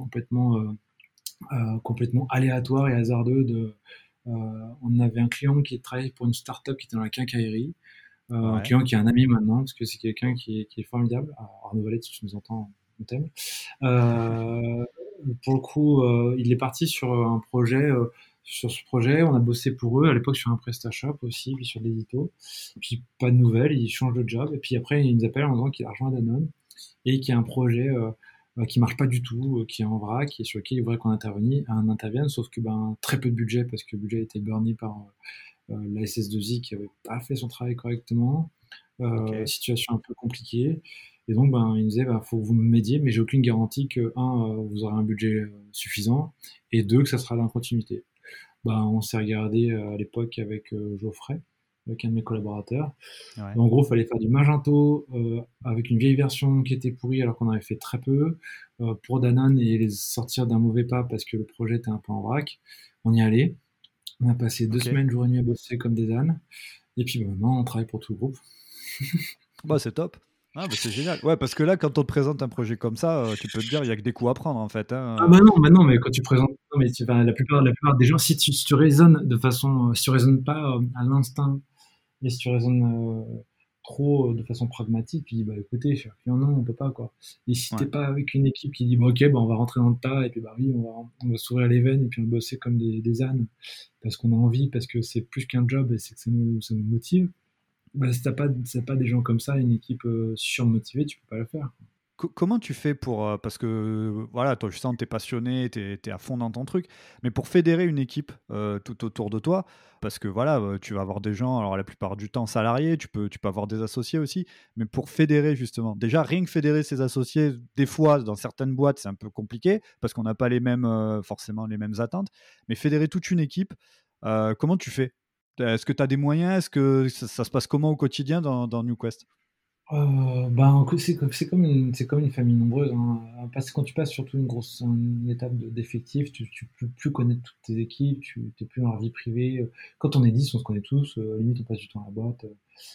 complètement aléatoire et hasardeux. On avait un client qui travaillait pour une start-up qui était dans la quincaillerie. Un Ouais. client qui est un ami maintenant, parce que c'est quelqu'un qui est formidable. Arnaud Valette, si tu nous entends, on t'aime. Euh, pour le coup, il est parti sur un projet. Sur ce projet, on a bossé pour eux à l'époque sur un PrestaShop aussi, puis sur l'édito. Puis pas de nouvelles, il change de job. Et puis après, il nous appelle en disant qu'il a rejoint Danone et qu'il y a un projet qui marche pas du tout, qui est en vrac et sur lequel il voudrait qu'on intervienne, sauf que très peu de budget parce que le budget a été burné par la SS2I qui avait pas fait son travail correctement, Ok. situation un peu compliquée. Et donc, il nous disait, faut que vous m'aidiez, mais j'ai aucune garantie que, un, vous aurez un budget suffisant, et deux, que ça sera dans la continuité. On s'est regardé à l'époque avec Geoffrey, avec un de mes collaborateurs. Ouais. En gros, il fallait faire du Magento avec une vieille version qui était pourrie alors qu'on avait fait très peu pour Danone et les sortir d'un mauvais pas parce que le projet était un peu en vrac. On y allait. On a passé deux Ok. semaines, jour et nuit à bosser comme des ânes. Et puis maintenant, on travaille pour tout le groupe. Bah, c'est top. Ah, bah, c'est génial. Ouais, parce que là, quand on te présente un projet comme ça, tu peux te dire, il y a que des coups à prendre, en fait, Ah hein. bah non, mais quand tu présentes, non, mais la plupart des gens, si tu raisonnes de façon, si tu raisonnes pas à l'instinct, et si tu raisonnes trop de façon pragmatique, tu dis, écoutez, cher client, non, on peut pas, quoi. Et si t'es Ouais. pas avec une équipe qui dit, ok, on va rentrer dans le tas, et puis oui, on va s'ouvrir les veines, et puis on va bosser comme des ânes, parce qu'on a envie, parce que c'est plus qu'un job, et c'est que ça nous motive. Si t'as pas des gens comme ça, une équipe surmotivée, tu peux pas le faire. Comment tu fais pour, parce que, voilà, toi, je sens que tu es passionné, tu es à fond dans ton truc, mais pour fédérer une équipe, tout autour de toi, parce que, voilà, tu vas avoir des gens, alors la plupart du temps salariés, tu peux avoir des associés aussi, mais pour fédérer justement, déjà rien que fédérer ses associés, des fois, dans certaines boîtes, c'est un peu compliqué parce qu'on n'a pas les mêmes, forcément les mêmes attentes, mais fédérer toute une équipe, comment tu fais? Est-ce que tu as des moyens? Est-ce que ça se passe comment au quotidien dans NewQuest? C'est comme une famille nombreuse, hein. Parce que quand tu passes surtout une étape d'effectif, tu peux plus connaître toutes tes équipes, tu n'es plus dans leur vie privée. Quand on est 10, on se connaît tous, limite on passe du temps à la boîte.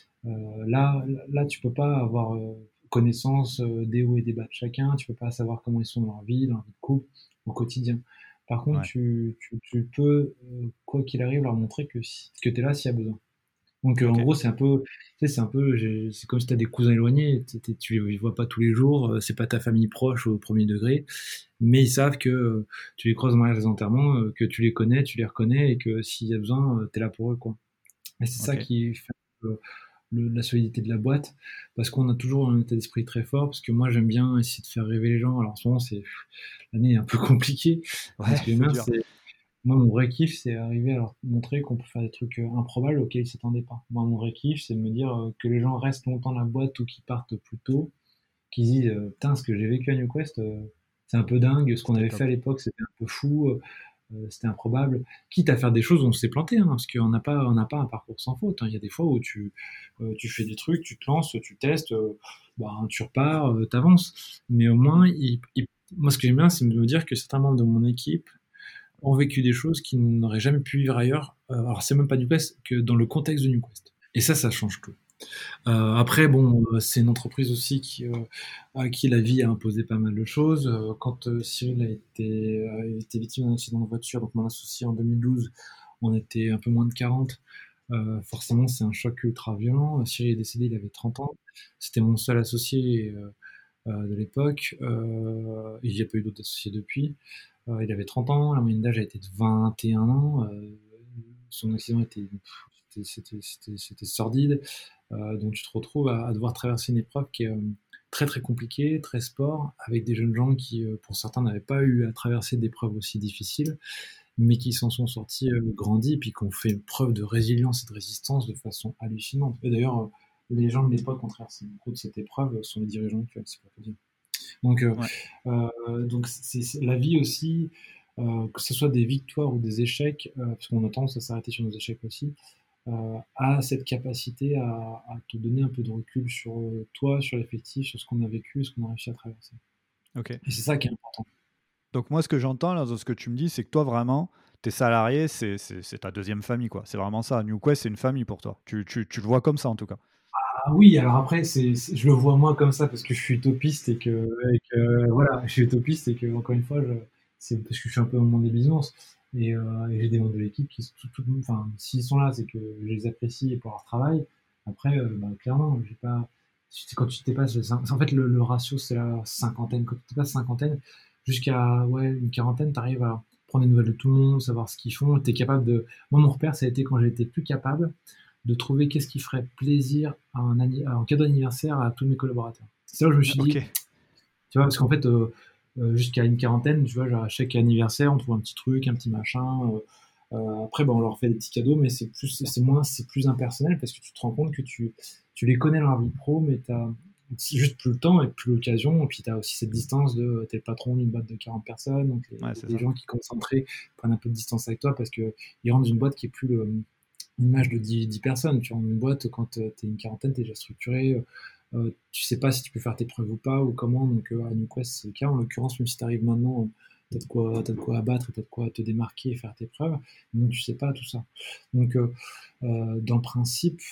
Là, tu peux pas avoir connaissance des hauts et des bas de chacun, tu peux pas savoir comment ils sont dans leur vie de couple, au quotidien. Par contre, Ouais, tu peux, quoi qu'il arrive, leur montrer que tu es là s'il y a besoin. Donc en OK. gros, c'est un peu, tu sais, c'est comme si tu as des cousins éloignés, tu les vois pas tous les jours, c'est pas ta famille proche au premier degré, mais ils savent que tu les croises dans les enterrements, que tu les connais, tu les reconnais et que s'il y a besoin, tu es là pour eux, quoi. Et c'est ça OK. qui fait la solidité de la boîte, parce qu'on a toujours un état d'esprit très fort, parce que moi j'aime bien essayer de faire rêver les gens. Alors en ce moment, l'année est un peu compliquée, mais Ouais, ce que j'aime c'est bien, dur. c'est moi, mon vrai kiff, c'est arriver à leur montrer qu'on peut faire des trucs improbables auxquels ils s'attendaient pas. Moi, mon vrai kiff, c'est de me dire que les gens restent longtemps dans la boîte ou qu'ils partent plus tôt, qu'ils disent putain, ce que j'ai vécu à NewQuest, c'est un peu dingue, ce qu'on C'était avait fait top. à l'époque, c'était un peu fou, c'était improbable. Quitte à faire des choses où on s'est planté, hein, parce qu'on n'a pas un parcours sans faute, hein. Il y a des fois où tu fais des trucs, tu te lances, tu testes, tu repars, t'avances. Mais au moins, moi, ce que j'aime bien, c'est de me dire que certains membres de mon équipe ont vécu des choses qu'ils n'auraient jamais pu vivre ailleurs. Alors, c'est même pas NewQuest, que dans le contexte de NewQuest. Et ça change tout. Après, bon, c'est une entreprise aussi à qui la vie a imposé pas mal de choses. Quand Cyril a été victime d'un accident de voiture, donc mon associé en 2012, on était un peu moins de 40. Forcément, c'est un choc ultra violent. Cyril est décédé, il avait 30 ans. C'était mon seul associé de l'époque. Il n'y a pas eu d'autres associés depuis. Il avait 30 ans, la moyenne d'âge a été de 21 ans. Son accident c'était sordide. Donc tu te retrouves à devoir traverser une épreuve qui est très très compliquée, très sport, avec des jeunes gens qui, pour certains, n'avaient pas eu à traverser d'épreuves aussi difficiles, mais qui s'en sont sortis grandis, puis qui ont fait preuve de résilience et de résistance de façon hallucinante. Et d'ailleurs, les gens de l'époque qui ont traversé beaucoup de cette épreuve sont les dirigeants actuels, c'est pas dire. Donc, Ouais. donc c'est la vie aussi, que ce soit des victoires ou des échecs, parce qu'on a tendance à s'arrêter sur nos échecs aussi, a cette capacité à te donner un peu de recul sur toi, sur l'effectif, sur ce qu'on a vécu, ce qu'on a réussi à traverser. Ok. Et c'est ça qui est important. Donc moi, ce que j'entends là dans ce que tu me dis, c'est que toi, vraiment, tes salariés, c'est ta deuxième famille, quoi. C'est vraiment ça. NewQuest, c'est une famille pour toi. Tu le vois comme ça, en tout cas. Ah oui, alors après, je le vois moins comme ça parce que je suis utopiste voilà, je suis utopiste et que, encore une fois, c'est parce que je suis un peu dans le monde des bisounours. Et j'ai des membres de l'équipe qui, enfin, s'ils sont là, c'est que je les apprécie pour leur travail. Après, bah, clairement, j'ai pas, quand tu dépasses en fait, le ratio, c'est la cinquantaine. Quand tu dépasses cinquantaine, jusqu'à, ouais, une quarantaine, tu arrives à prendre des nouvelles de tout le monde, savoir ce qu'ils font. T'es capable de, moi, mon repère, ça a été quand j'étais plus capable de trouver qu'est-ce qui ferait plaisir à un cadeau d'anniversaire à tous mes collaborateurs. C'est là où je me suis Ok. dit, tu vois, parce qu'en fait, jusqu'à une quarantaine, tu vois, genre, à chaque anniversaire, on trouve un petit truc, un petit machin. Après, ben, on leur fait des petits cadeaux, mais c'est plus impersonnel parce que tu te rends compte que tu les connais dans leur vie pro, mais tu as juste plus le temps et plus l'occasion. Et puis, tu as aussi cette distance de, t'es le patron d'une boîte de 40 personnes, donc Ouais, c'est les ça. gens qui concentrés prennent un peu de distance avec toi parce qu'ils rentrent dans une boîte qui est plus une image de 10 personnes. Tu rentres dans une boîte, quand tu es une quarantaine, tu es déjà structuré. Tu sais pas si tu peux faire tes preuves ou pas, ou comment. Donc, à NewQuest, c'est le cas. En l'occurrence, même si tu arrives maintenant, t'as de quoi abattre, t'as de quoi te démarquer et faire tes preuves. Donc, tu sais pas tout ça. Donc, dans le principe,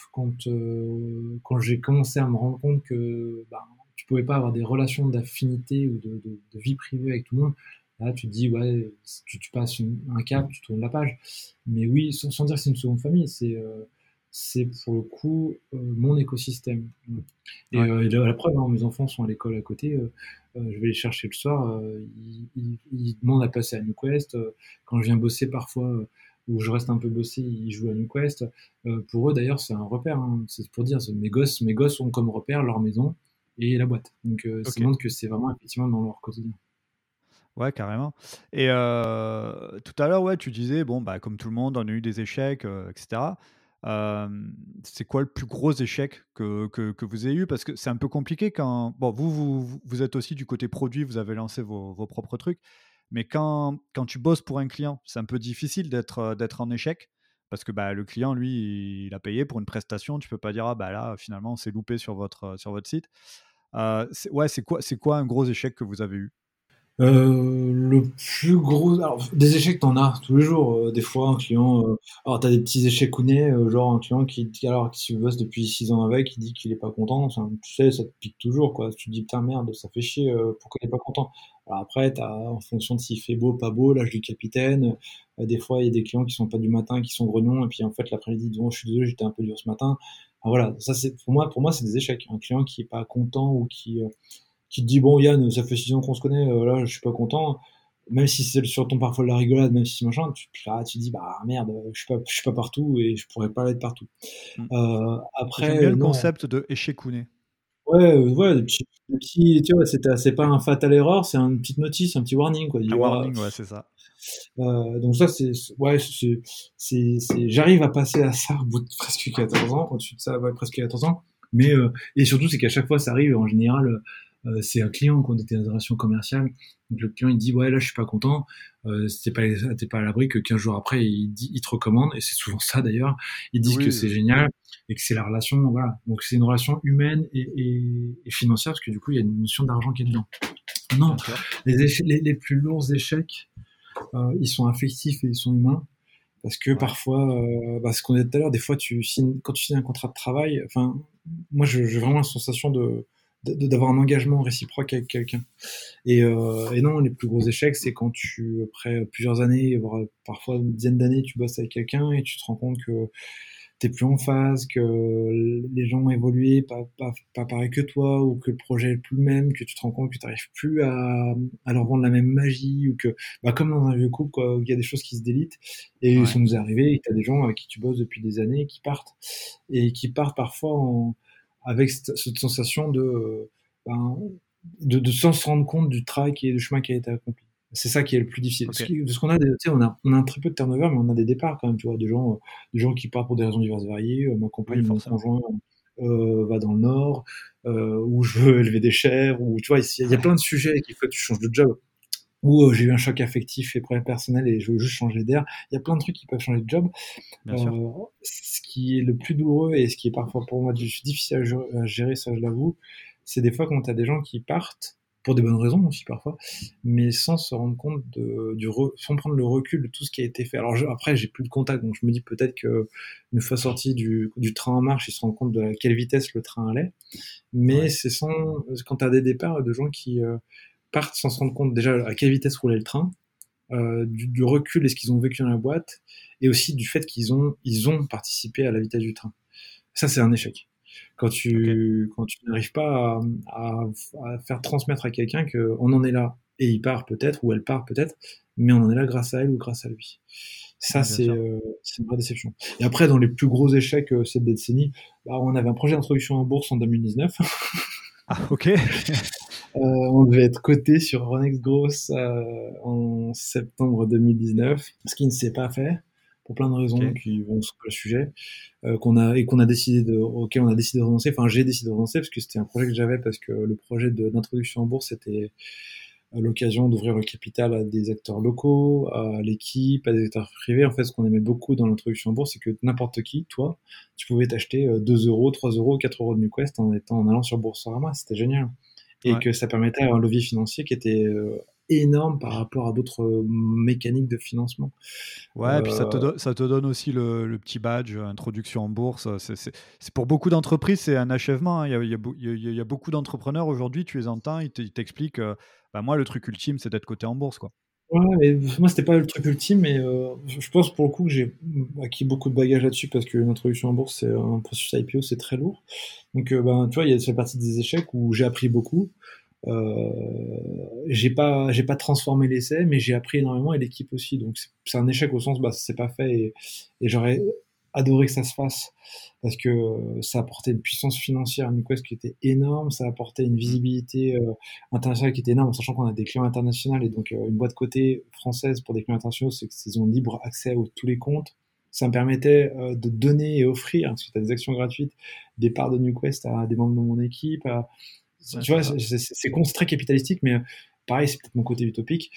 quand j'ai commencé à me rendre compte que bah, tu pouvais pas avoir des relations d'affinité ou de vie privée avec tout le monde, là, tu te dis, ouais, tu passes un cap, tu tournes la page. Mais oui, sans dire que c'est une seconde famille, c'est pour le coup mon écosystème. Ouais. Et la preuve, hein, mes enfants sont à l'école à côté, je vais les chercher le soir, ils demandent à passer à NewQuest. Quand je viens bosser parfois, ou je reste un peu bosser, ils jouent à NewQuest. Pour eux d'ailleurs, c'est un repère, hein. C'est pour dire, mes gosses ont comme repère leur maison et la boîte. Donc ça Ok. montre que c'est vraiment effectivement dans leur quotidien. Ouais, carrément. Et tout à l'heure, ouais, tu disais, bon, bah, comme tout le monde, on a eu des échecs, etc. C'est quoi le plus gros échec que vous avez eu? Parce que c'est un peu compliqué quand... Bon, vous êtes aussi du côté produit, vous avez lancé vos propres trucs, mais quand tu bosses pour un client, c'est un peu difficile d'être en échec, parce que bah, le client, lui, il a payé pour une prestation, tu peux pas dire, ah bah là, finalement, c'est loupé sur votre site. Ouais, c'est quoi un gros échec que vous avez eu? Le plus gros, alors des échecs, t'en as tous les jours. Des fois, un client, alors t'as des petits échecs counets, genre un client alors qui bosse depuis 6 ans avec, qui dit qu'il est pas content. Enfin, tu sais, ça te pique toujours, quoi. Tu te dis putain merde, ça fait chier. Pourquoi il est pas content? Alors après, en fonction de s'il fait beau, pas beau, l'âge du capitaine. Des fois, il y a des clients qui sont pas du matin, qui sont grognons, et puis en fait l'après-midi, ils disent bon, je suis désolé, j'étais un peu dur ce matin. Alors, voilà, ça c'est pour moi, c'est des échecs. Un client qui est pas content ou qui te dit bon Yann, ça fait 6 ans qu'on se connaît, là je suis pas content, même si c'est sur ton parfois de la rigolade, même si machin, tu dis bah merde, je suis pas partout et je pourrais pas l'être partout. Hmm. J'aime Après, bien le non, concept de échecouné. ouais, tu vois, c'est pas un fatal error, c'est une petite notice, un petit warning, quoi. Tu Un dis, ouah, warning, ouais, c'est ça. donc ça, ouais, j'arrive à passer à ça au bout de presque 14 ans, au-dessus de ça, ouais, presque 14 ans. Mais, et surtout, c'est qu'à chaque fois, ça arrive, en général, c'est un client, quand on était dans une relation commerciale. Donc, le client, il dit, ouais, là, je suis pas content. T'es pas à l'abri que 15 jours après, il te recommande, et c'est souvent ça, d'ailleurs. Ils disent que Oui, c'est génial, et que c'est la relation, voilà. Donc, c'est une relation humaine et financière, parce que du coup, il y a une notion d'argent qui est dedans. Non, bien sûr. les plus lourds échecs, ils sont affectifs et ils sont humains. Parce que Ouais. parfois, ce qu'on disait tout à l'heure, des fois, quand tu signes un contrat de travail, enfin, moi, j'ai vraiment la sensation d'avoir un engagement réciproque avec quelqu'un. Et non, les plus gros échecs, c'est quand après plusieurs années, voire parfois une dizaine d'années, tu bosses avec quelqu'un et tu te rends compte que t'es plus en phase, que les gens ont évolué, pas pareil que toi, ou que le projet est plus le même, que tu te rends compte que tu n'arrives plus à leur vendre la même magie, ou que, bah, comme dans un vieux couple, quoi, où il y a des choses qui se délitent, et ça Ouais, nous est arrivé, et t'as des gens avec qui tu bosses depuis des années qui partent, et qui partent parfois avec cette sensation ben, de sans se rendre compte du travail du chemin qui a été accompli. C'est ça qui est le plus difficile. ok. Parce qu'on a, tu sais, on a un très peu de turnover, mais on a des départs quand même, tu vois, des gens qui partent pour des raisons diverses et variées. Ma compagne Oui, ou mon forcément. conjoint va dans le Nord, où je veux élever des chèvres, ou tu vois, il y a plein de sujets qui font que tu changes de job. Ou j'ai eu un choc affectif et problème personnel et je veux juste changer d'air. Il y a plein de trucs qui peuvent changer de job. Bien sûr. Euh, Ce qui est le plus douloureux et ce qui est parfois pour moi difficile à gérer, ça je l'avoue, c'est des fois quand tu as des gens qui partent, pour des bonnes raisons aussi parfois, mais sans se rendre compte sans prendre le recul de tout ce qui a été fait. Alors après, j'ai plus de contact, donc je me dis peut-être que une fois sorti du train en marche, ils se rendent compte de à quelle vitesse le train allait. Mais Ouais, c'est quand tu as des départs de gens qui partent sans se rendre compte déjà à quelle vitesse roulait le train, du recul et ce qu'ils ont vécu dans la boîte, et aussi du fait ils ont participé à la vitesse du train. Ça, c'est un échec. ok. Quand tu n'arrives pas à faire transmettre à quelqu'un qu'on en est là, et il part peut-être, ou elle part peut-être, mais on en est là grâce à elle ou grâce à lui. Ça, Ouais, bien sûr. c'est une vraie déception. Et après, dans les plus gros échecs cette décennie, bah, on avait un projet d'introduction en bourse en 2019. Ah, ok. On devait être coté sur Euronext Growth en septembre 2019, ce qui ne s'est pas fait pour plein de raisons Ok. qui vont sur le sujet, auquel on a décidé de renoncer. Enfin, j'ai décidé de renoncer parce que c'était un projet que j'avais, parce que le projet d'introduction en bourse c'était l'occasion d'ouvrir le capital à des acteurs locaux, à l'équipe, à des acteurs privés. En fait, ce qu'on aimait beaucoup dans l'introduction en bourse, c'est que n'importe qui, toi, tu pouvais t'acheter 2 euros, 3 euros, 4 euros de NewQuest en allant sur Boursorama. C'était génial. Et Ouais. que ça permettait un levier financier qui était énorme par rapport à d'autres mécaniques de financement. Ouais, et puis Euh, ça te donne aussi le petit badge, introduction en bourse. C'est pour beaucoup d'entreprises, c'est un achèvement, hein. Il y a beaucoup d'entrepreneurs aujourd'hui, tu les entends, ils t'expliquent, bah, moi, le truc ultime, c'est d'être coté en bourse, quoi. ouais, mais moi, c'était pas le truc ultime, mais je pense pour le coup que j'ai acquis beaucoup de bagages là-dessus, parce qu'une introduction en bourse, c'est un processus IPO, c'est très lourd. Donc, ben, tu vois, ça fait partie des échecs où j'ai appris beaucoup. Euh, j'ai pas transformé l'essai, mais j'ai appris énormément, et l'équipe aussi. Donc c'est un échec au sens, bah, ça s'est pas fait, et j'aurais adoré que ça se fasse, parce que ça apportait une puissance financière à NewQuest qui était énorme, ça apportait une Mm. visibilité internationale qui était énorme, en sachant qu'on a des clients internationaux, et donc une boîte cotée française pour des clients internationaux, c'est qu'ils ont libre accès à tous les comptes. Ça me permettait de donner et offrir, suite à des actions gratuites, des parts de NewQuest à des membres de mon équipe, Ouais, tu c'est vois, ça. c'est très capitalistique, mais pareil, c'est peut-être mon côté utopique.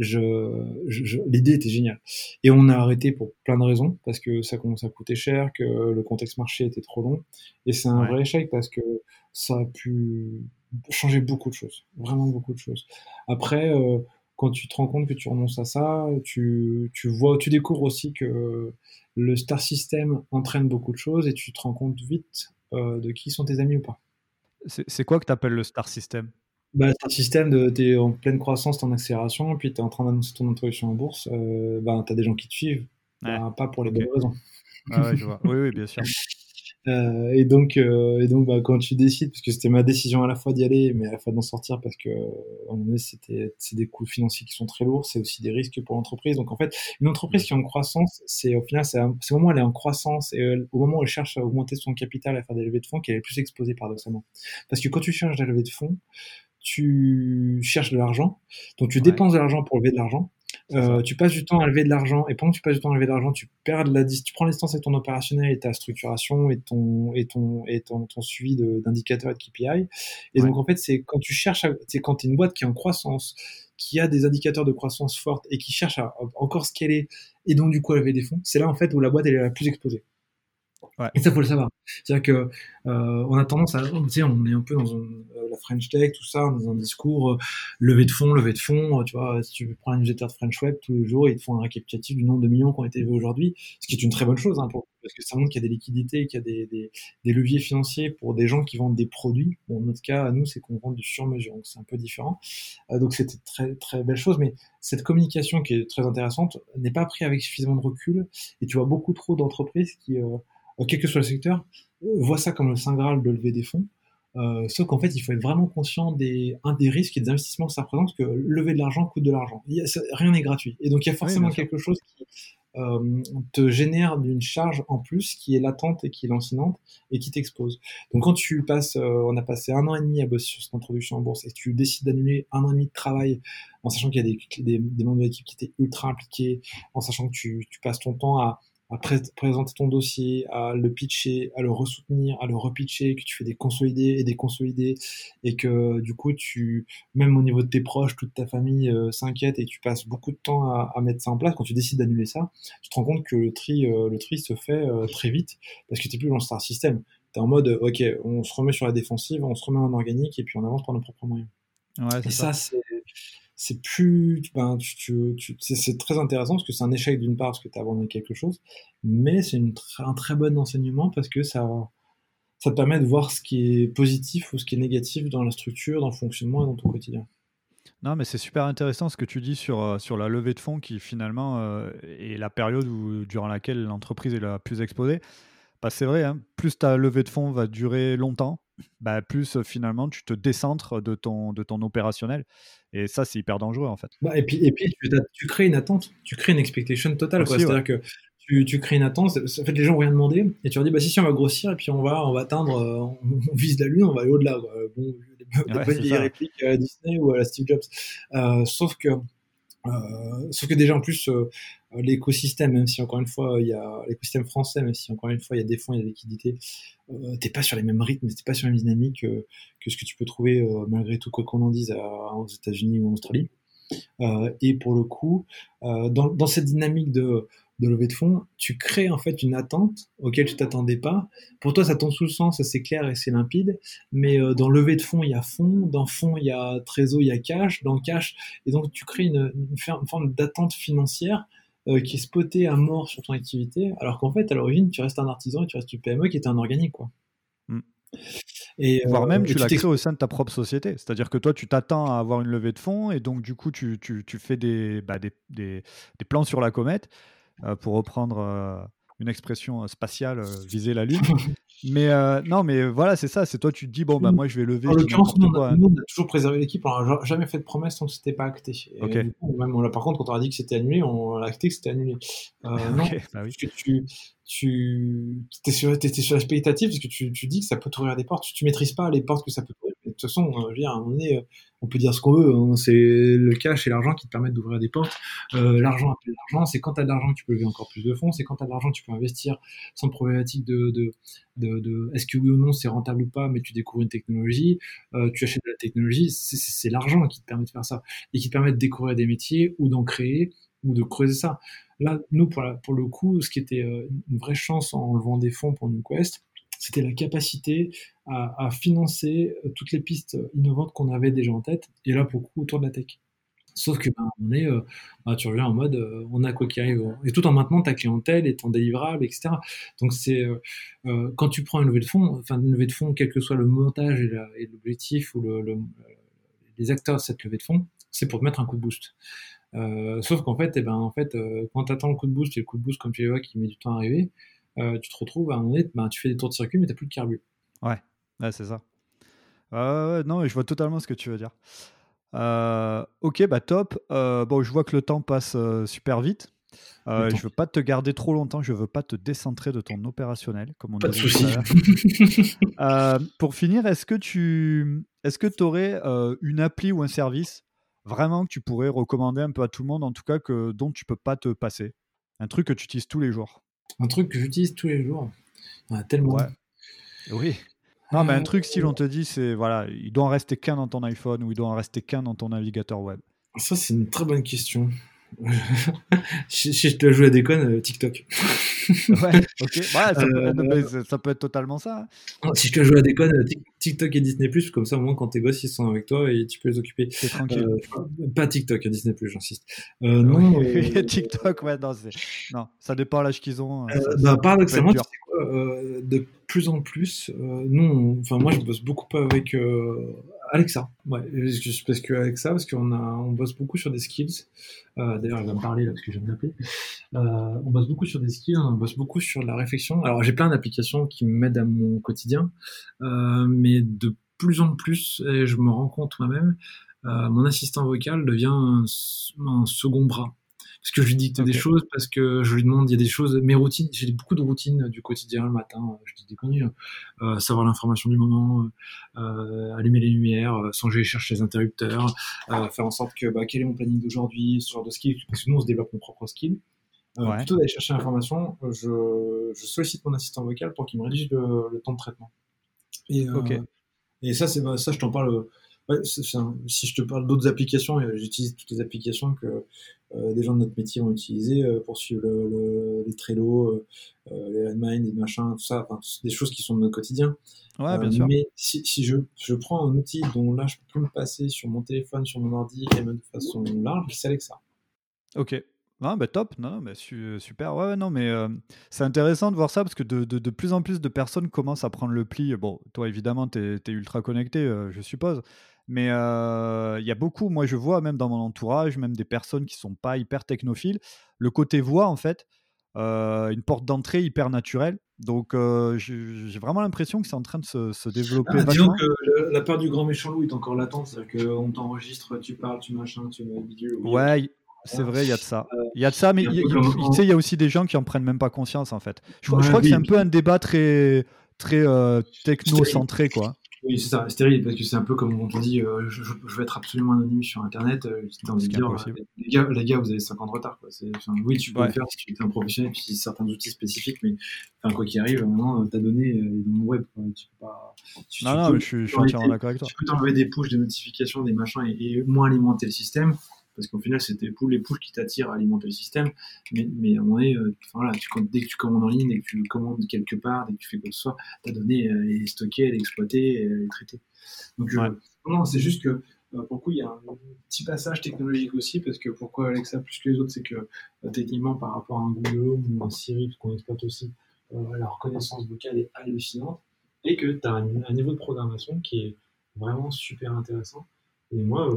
L'idée était géniale. Et on a arrêté pour plein de raisons, parce que ça commençait à coûter cher, que le contexte marché était trop long. Et c'est un Ouais. vrai échec, parce que ça a pu changer beaucoup de choses, vraiment beaucoup de choses. Après, quand tu te rends compte que tu renonces à ça, tu découvres aussi que le star system entraîne beaucoup de choses, et tu te rends compte vite de qui sont tes amis ou pas. C'est quoi que tu appelles le star system? Bah, c'est un système t'es en pleine croissance, t'es en accélération, et puis t'es en train d'annoncer ton introduction en bourse, bah, t'as des gens qui te suivent, Ouais, bah, pas pour les ok. bonnes raisons. Ouais, ouais, je vois. Oui, oui, bien sûr. Et donc, bah, quand tu décides, parce que c'était ma décision à la fois d'y aller, mais à la fois d'en sortir, parce que, à un moment donné, c'est des coûts financiers qui sont très lourds, c'est aussi des risques pour l'entreprise. Donc, en fait, une Bien entreprise qui est sûr. en croissance, au final, c'est au moment où elle est en croissance, et au moment où elle cherche à augmenter son capital, à faire des levées de fonds, qu'elle est le plus exposée, paradoxalement. Parce que quand tu cherches des levées de fonds, tu cherches de l'argent, donc tu Ouais, dépenses de l'argent pour lever de l'argent. c'est ça. Tu passes du temps à lever de l'argent, et pendant que tu passes du temps à lever de l'argent, tu prends la distance avec ton opérationnel et ta structuration et ton suivi d'indicateurs et de KPI. Et Ouais. donc en fait, c'est quand tu es une boîte qui est en croissance, qui a des indicateurs de croissance fortes et qui cherche à encore scaler, et donc du coup à lever des fonds, c'est là en fait où la boîte elle est la plus exposée. Ouais. Et ça, faut le savoir. C'est-à-dire que on a tendance tu sais, on est un peu dans la French Tech, tout ça, dans un discours levée de fonds. Tu vois, si tu prends un newsletter de French Web tous les jours, ils te font un récapitulatif du nombre de millions qui ont été levés aujourd'hui, ce qui est une très bonne chose, hein, parce que ça montre qu'il y a des liquidités, qu'il y a des leviers financiers pour des gens qui vendent des produits. Bon, notre cas, à nous, c'est qu'on vend du sur-mesure, donc c'est un peu différent. Donc c'était très très belle chose, mais cette communication qui est très intéressante n'est pas prise avec suffisamment de recul, et tu vois beaucoup trop d'entreprises qui quel que soit le secteur, voient ça comme le saint graal de lever des fonds. Sauf qu'en fait, il faut être vraiment conscient des risques et des investissements que ça représente, parce que lever de l'argent coûte de l'argent. Rien n'est gratuit. Et donc, il y a forcément quelque chose qui te génère d'une charge en plus qui est latente et qui est lancinante et qui t'expose. Donc, quand tu passes, on a passé 1 an et demi à bosser sur cette introduction en bourse et tu décides d'annuler 1 an et demi de travail en sachant qu'il y a des membres de l'équipe qui étaient ultra impliqués, en sachant que tu passes ton temps à présenter ton dossier, à le pitcher, à le ressoutenir, à le repitcher, que tu fais des consolidés et des consolidés, et que du coup, même au niveau de tes proches, toute ta famille s'inquiète et que tu passes beaucoup de temps à mettre ça en place. Quand tu décides d'annuler ça, tu te rends compte que le tri se fait très vite parce que tu n'es plus dans le star system. Tu es en mode, ok, on se remet sur la défensive, on se remet en organique et puis on avance par nos propres moyens. Ouais, et ça, c'est plus, c'est très intéressant parce que c'est un échec d'une part parce que tu as abandonné quelque chose, mais c'est un très bon enseignement parce que ça te permet de voir ce qui est positif ou ce qui est négatif dans la structure, dans le fonctionnement et dans ton quotidien. Non, mais c'est super intéressant ce que tu dis sur la levée de fonds qui finalement est la période durant laquelle l'entreprise est la plus exposée. Parce que c'est vrai, hein, plus ta levée de fonds va durer longtemps, plus finalement tu te décentres de ton opérationnel. Et ça, c'est hyper dangereux en fait. Et puis tu crées une attente, tu crées une expectation totale. Aussi, c'est-à-dire que tu crées une attente, en fait les gens vont rien demander, et tu leur dis si on va grossir, et puis on va atteindre, on vise la lune, on va aller au-delà. Bon, des bonnes vieilles répliques à Disney ou à la Steve Jobs. Sauf que déjà en plus l'écosystème, même si encore une fois il y a l'écosystème français, même si encore une fois il y a des fonds, il y a des liquidités, t'es pas sur les mêmes rythmes, t'es pas sur les mêmes dynamiques que ce que tu peux trouver malgré tout quoi qu'on en dise aux États-Unis ou en Australie. Et pour le coup, dans cette dynamique de levée de fonds, tu crées en fait une attente auquel tu t'attendais pas. Pour toi, ça tombe sous le sens, c'est clair et c'est limpide. Mais dans levée de fonds, il y a fonds. Dans fonds, il y a trésor, il y a cash. Dans cash, et donc tu crées une forme d'attente financière qui est spotée à mort sur ton activité, alors qu'en fait, à l'origine, tu restes un artisan et tu restes une PME qui était un organique, quoi. Voire même tu l'as créé au sein de ta propre société, c'est-à-dire que toi tu t'attends à avoir une levée de fonds et donc du coup tu fais des plans sur la comète, pour reprendre une expression spatiale, viser la lune. Mais non, mais voilà, c'est ça, c'est toi tu te dis moi je vais lever. En l'occurrence, nous, on a toujours préservé l'équipe, on n'a jamais fait de promesse tant que c'était pas acté. Okay. Du coup, même, par contre, quand on a dit que c'était annulé, on a acté que c'était annulé. Non, oui. parce que tu étais sur l'expectative, parce que tu dis que ça peut t'ouvrir des portes. Tu maîtrises pas les portes que ça peut t'ouvrir. De toute façon, je veux dire, à un moment donné, on peut dire ce qu'on veut, hein, c'est le cash et l'argent qui te permettent d'ouvrir des portes. L'argent appelle l'argent, c'est quand tu as de l'argent que tu peux lever encore plus de fonds, c'est quand tu as de l'argent que tu peux investir sans problématique de est-ce que oui ou non c'est rentable ou pas, mais tu découvres une technologie, tu achètes de la technologie, c'est l'argent qui te permet de faire ça et qui te permet de découvrir des métiers ou d'en créer ou de creuser ça. Là, nous, pour le coup, ce qui était une vraie chance en levant des fonds pour NewQuest, c'était la capacité à financer toutes les pistes innovantes qu'on avait déjà en tête, et là, pour le coup, autour de la tech. Sauf que tu reviens en mode on a quoi qui arrive, et tout en maintenant ta clientèle et ton délivrable, etc. Donc c'est quand tu prends une levée de fonds, quel que soit le montage et l'objectif ou les acteurs de cette levée de fonds, c'est pour te mettre un coup de boost. Sauf qu'en fait, quand tu attends le coup de boost, et le coup de boost, comme tu l'évoques, qui met du temps à arriver, tu te retrouves à un moment donné, tu fais des tours de circuit, mais tu n'as plus de carburant. Ouais, c'est ça. Non, je vois totalement ce que tu veux dire. Ok, top. Je vois que le temps passe super vite. Je veux pas te garder trop longtemps, je veux pas te décentrer de ton opérationnel, comme on pas disait tout à l'heure. Pour finir, est-ce que tu aurais une appli ou un service vraiment que tu pourrais recommander un peu à tout le monde, en tout cas dont tu peux pas te passer? Un truc que tu utilises tous les jours? Un truc que j'utilise tous les jours? Tellement. Ouais. Oui. Non, mais un truc, si l'on te dit, c'est voilà, il doit en rester qu'un dans ton iPhone ou il doit en rester qu'un dans ton navigateur web. Ça, c'est une très bonne question. Si je te joue à déconne, TikTok. Ouais, ok. Ça peut être totalement ça. Hein. Si je te joue à déconne, TikTok et Disney+, comme ça, au moins, quand tes gosses, ils sont avec toi et tu peux les occuper. T'es tranquille. Pas TikTok, Disney+, j'insiste. Non. TikTok, ouais, non, ça dépend de l'âge qu'ils ont. Paradoxalement, tu sais quoi, de plus en plus, moi, je bosse beaucoup avec Alexa, ouais, parce qu'on bosse beaucoup sur des skills. D'ailleurs, elle va me parler là parce que je viens de l'appeler. On bosse beaucoup sur des skills, on bosse beaucoup sur la réflexion. Alors, j'ai plein d'applications qui m'aident à mon quotidien, mais de plus en plus, et je me rends compte moi-même, mon assistant vocal devient un second bras. Parce que je lui dicte des choses, parce que je lui demande, il y a des choses, mes routines, j'ai beaucoup de routines du quotidien le matin, je dis des conneries, savoir l'information du moment, allumer les lumières, songer chercher les interrupteurs, faire en sorte que quel est mon planning d'aujourd'hui, ce genre de skills, parce que nous on se développe nos propres skills. Plutôt d'aller chercher l'information, je sollicite mon assistant vocal pour qu'il me rédige le temps de traitement. Et ça, ça, je t'en parle. Ouais, si je te parle d'autres applications, j'utilise toutes les applications que des gens de notre métier vont utiliser pour suivre les Trello, les Redmine, les machins, tout ça, enfin, des choses qui sont de notre quotidien. Bien sûr. Mais si je prends un outil dont là, je peux plus me passer sur mon téléphone, sur mon ordi, et même de façon large, c'est Alexa. Ok. Non, top, non, super. Ouais, non, mais c'est intéressant de voir ça parce que de plus en plus de personnes commencent à prendre le pli. Bon, toi, évidemment, t'es ultra connecté, je suppose. Mais il y a beaucoup, moi, je vois même dans mon entourage, même des personnes qui sont pas hyper technophiles, le côté voix, en fait, une porte d'entrée hyper naturelle. Donc, j'ai vraiment l'impression que c'est en train de se développer disons vachement. que la peur du grand méchant loup est encore latente, c'est-à-dire qu'on t'enregistre, tu parles, tu machin, tu mets bidule. Ouais, c'est vrai, il y a de ça. Il y a de ça, mais il y a aussi des gens qui en prennent même pas conscience, en fait. Je crois que c'est un peu un débat très techno-centré, quoi. Oui, c'est ça, c'est terrible, parce que c'est un peu comme on te dit, je veux être absolument anonyme sur Internet, t'as envie de dire, les gars, vous avez 5 ans de retard, quoi. Oui, tu peux le faire si tu es un professionnel, tu utilises certains outils spécifiques, mais quoi qu'il arrive, maintenant, ta donnée est dans le web, quoi. Tu peux pas... mais je suis entièrement d'accord avec toi. Tu peux t'enlever des pushs, des notifications, des machins, et moins alimenter le système, parce qu'au final, c'est les pushs qui t'attirent à alimenter le système, mais à un moment donné, dès que tu commandes en ligne, dès que tu commandes quelque part, dès que tu fais quoi que ce soit, ta donnée est stockée, elle est exploitée, elle est traitée. Donc, non, c'est juste que pour le coup, il y a un petit passage technologique aussi, parce que pourquoi Alexa plus que les autres, c'est que techniquement, par rapport à un Google Home ou un Siri, qu'on exploite aussi, la reconnaissance vocale est hallucinante, et que tu as un niveau de programmation qui est vraiment super intéressant. Et moi,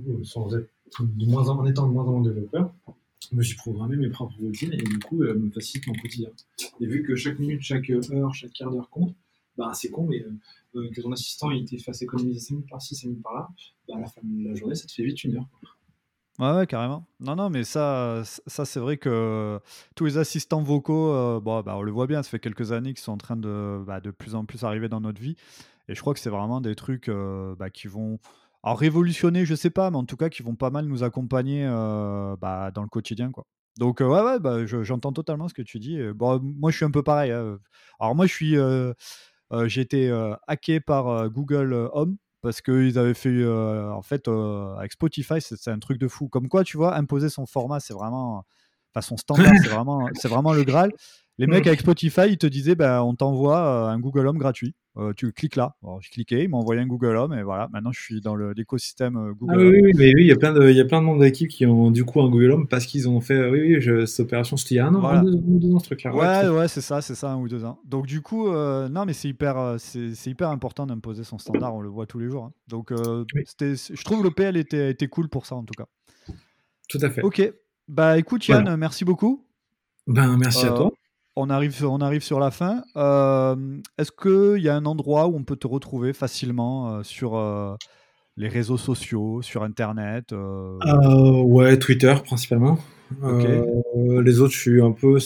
en étant de moins en moins développeur, je me suis programmé mes propres routines et du coup, me facilite mon quotidien. Et vu que chaque minute, chaque heure, chaque quart d'heure compte, c'est con, mais que ton assistant il te fasse économiser 5 minutes par-ci, 5 minutes par-là, à la fin de la journée, ça te fait vite 1 heure. Ouais, carrément. Non, mais ça c'est vrai que tous les assistants vocaux, on le voit bien, ça fait quelques années qu'ils sont en train de plus en plus arriver dans notre vie. Et je crois que c'est vraiment des trucs qui vont révolutionner, je sais pas, mais en tout cas qui vont pas mal nous accompagner dans le quotidien, quoi. Donc j'entends totalement ce que tu dis. Moi je suis un peu pareil, hein. Alors moi j'ai été hacké par Google Home parce qu'ils avaient fait, en fait, avec Spotify, c'est un truc de fou. Comme quoi, tu vois, imposer son format, c'est vraiment, enfin son standard, c'est vraiment le Graal. Les mecs avec Spotify, ils te disaient, on t'envoie un Google Home gratuit. Tu cliques là. Alors, je cliquais, ils m'ont envoyé un Google Home et voilà. Maintenant, je suis dans l'écosystème Google Home. Oui, mais oui, il y a plein de membres d'équipe qui ont du coup un Google Home parce qu'ils ont fait, cette opération, c'était il y a 1 an, Voilà. 2 ans, ce truc-là. Ouais, c'est ça, 1 ou 2 ans. Donc du coup, non, mais c'est hyper important d'imposer son standard, on le voit tous les jours, hein. Donc je trouve le PL était cool pour ça en tout cas. Tout à fait. Ok, écoute Yann, merci beaucoup. Merci à toi. On arrive sur la fin. Est-ce qu'il y a un endroit où on peut te retrouver facilement sur les réseaux sociaux, sur Internet Ouais, Twitter principalement. Ok. Les autres, je suis un peu,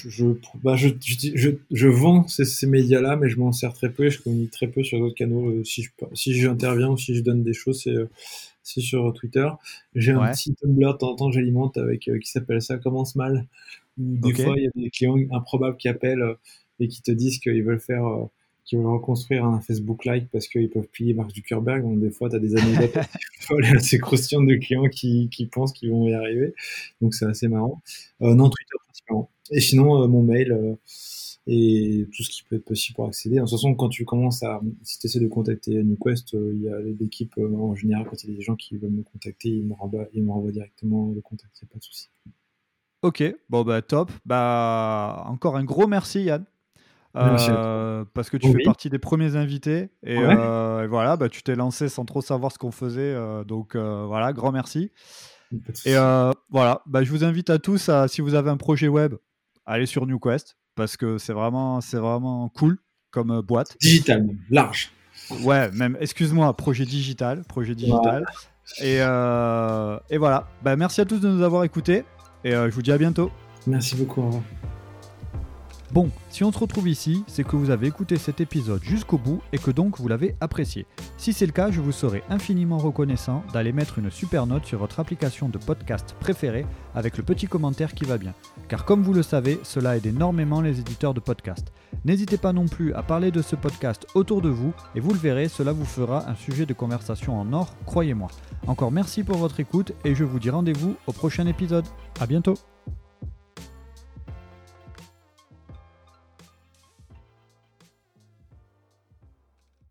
je vends ces médias-là, mais je m'en sers très peu et je communique très peu sur d'autres canaux. Si j'interviens ou si je donne des choses, c'est sur Twitter. J'ai un petit Tumblr de temps en temps, j'alimente avec qui s'appelle Ça commence mal. Où des fois, il y a des clients improbables qui appellent et qui te disent qu'ils veulent reconstruire un Facebook Like parce qu'ils peuvent plier Mark Zuckerberg. Donc, des fois, tu as des anecdotes assez croustillantes de clients qui pensent qu'ils vont y arriver. Donc, c'est assez marrant. Non, Twitter principalement. Et sinon, mon mail et tout ce qui peut être possible pour accéder. De toute façon, quand tu commences si tu essaies de contacter NewQuest, il y a l'équipe en général, quand il y a des gens qui veulent me contacter, ils me renvoient directement le contact, il n'y a pas de souci. Ok, bon top. Encore un gros merci Yann. parce que tu fais partie des premiers invités et voilà, tu t'es lancé sans trop savoir ce qu'on faisait, donc voilà, grand merci. Et voilà, je vous invite à tous si vous avez un projet web, allez sur NewQuest parce que c'est vraiment cool comme boîte. Digital, large. Ouais, même, excuse-moi, projet digital. Voilà. Et voilà, merci à tous de nous avoir écoutés et je vous dis à bientôt. Merci beaucoup. Au revoir. Bon, si on se retrouve ici, c'est que vous avez écouté cet épisode jusqu'au bout et que donc vous l'avez apprécié. Si c'est le cas, je vous serai infiniment reconnaissant d'aller mettre une super note sur votre application de podcast préférée avec le petit commentaire qui va bien. Car comme vous le savez, cela aide énormément les éditeurs de podcasts. N'hésitez pas non plus à parler de ce podcast autour de vous et vous le verrez, cela vous fera un sujet de conversation en or, croyez-moi. Encore merci pour votre écoute et je vous dis rendez-vous au prochain épisode. À bientôt.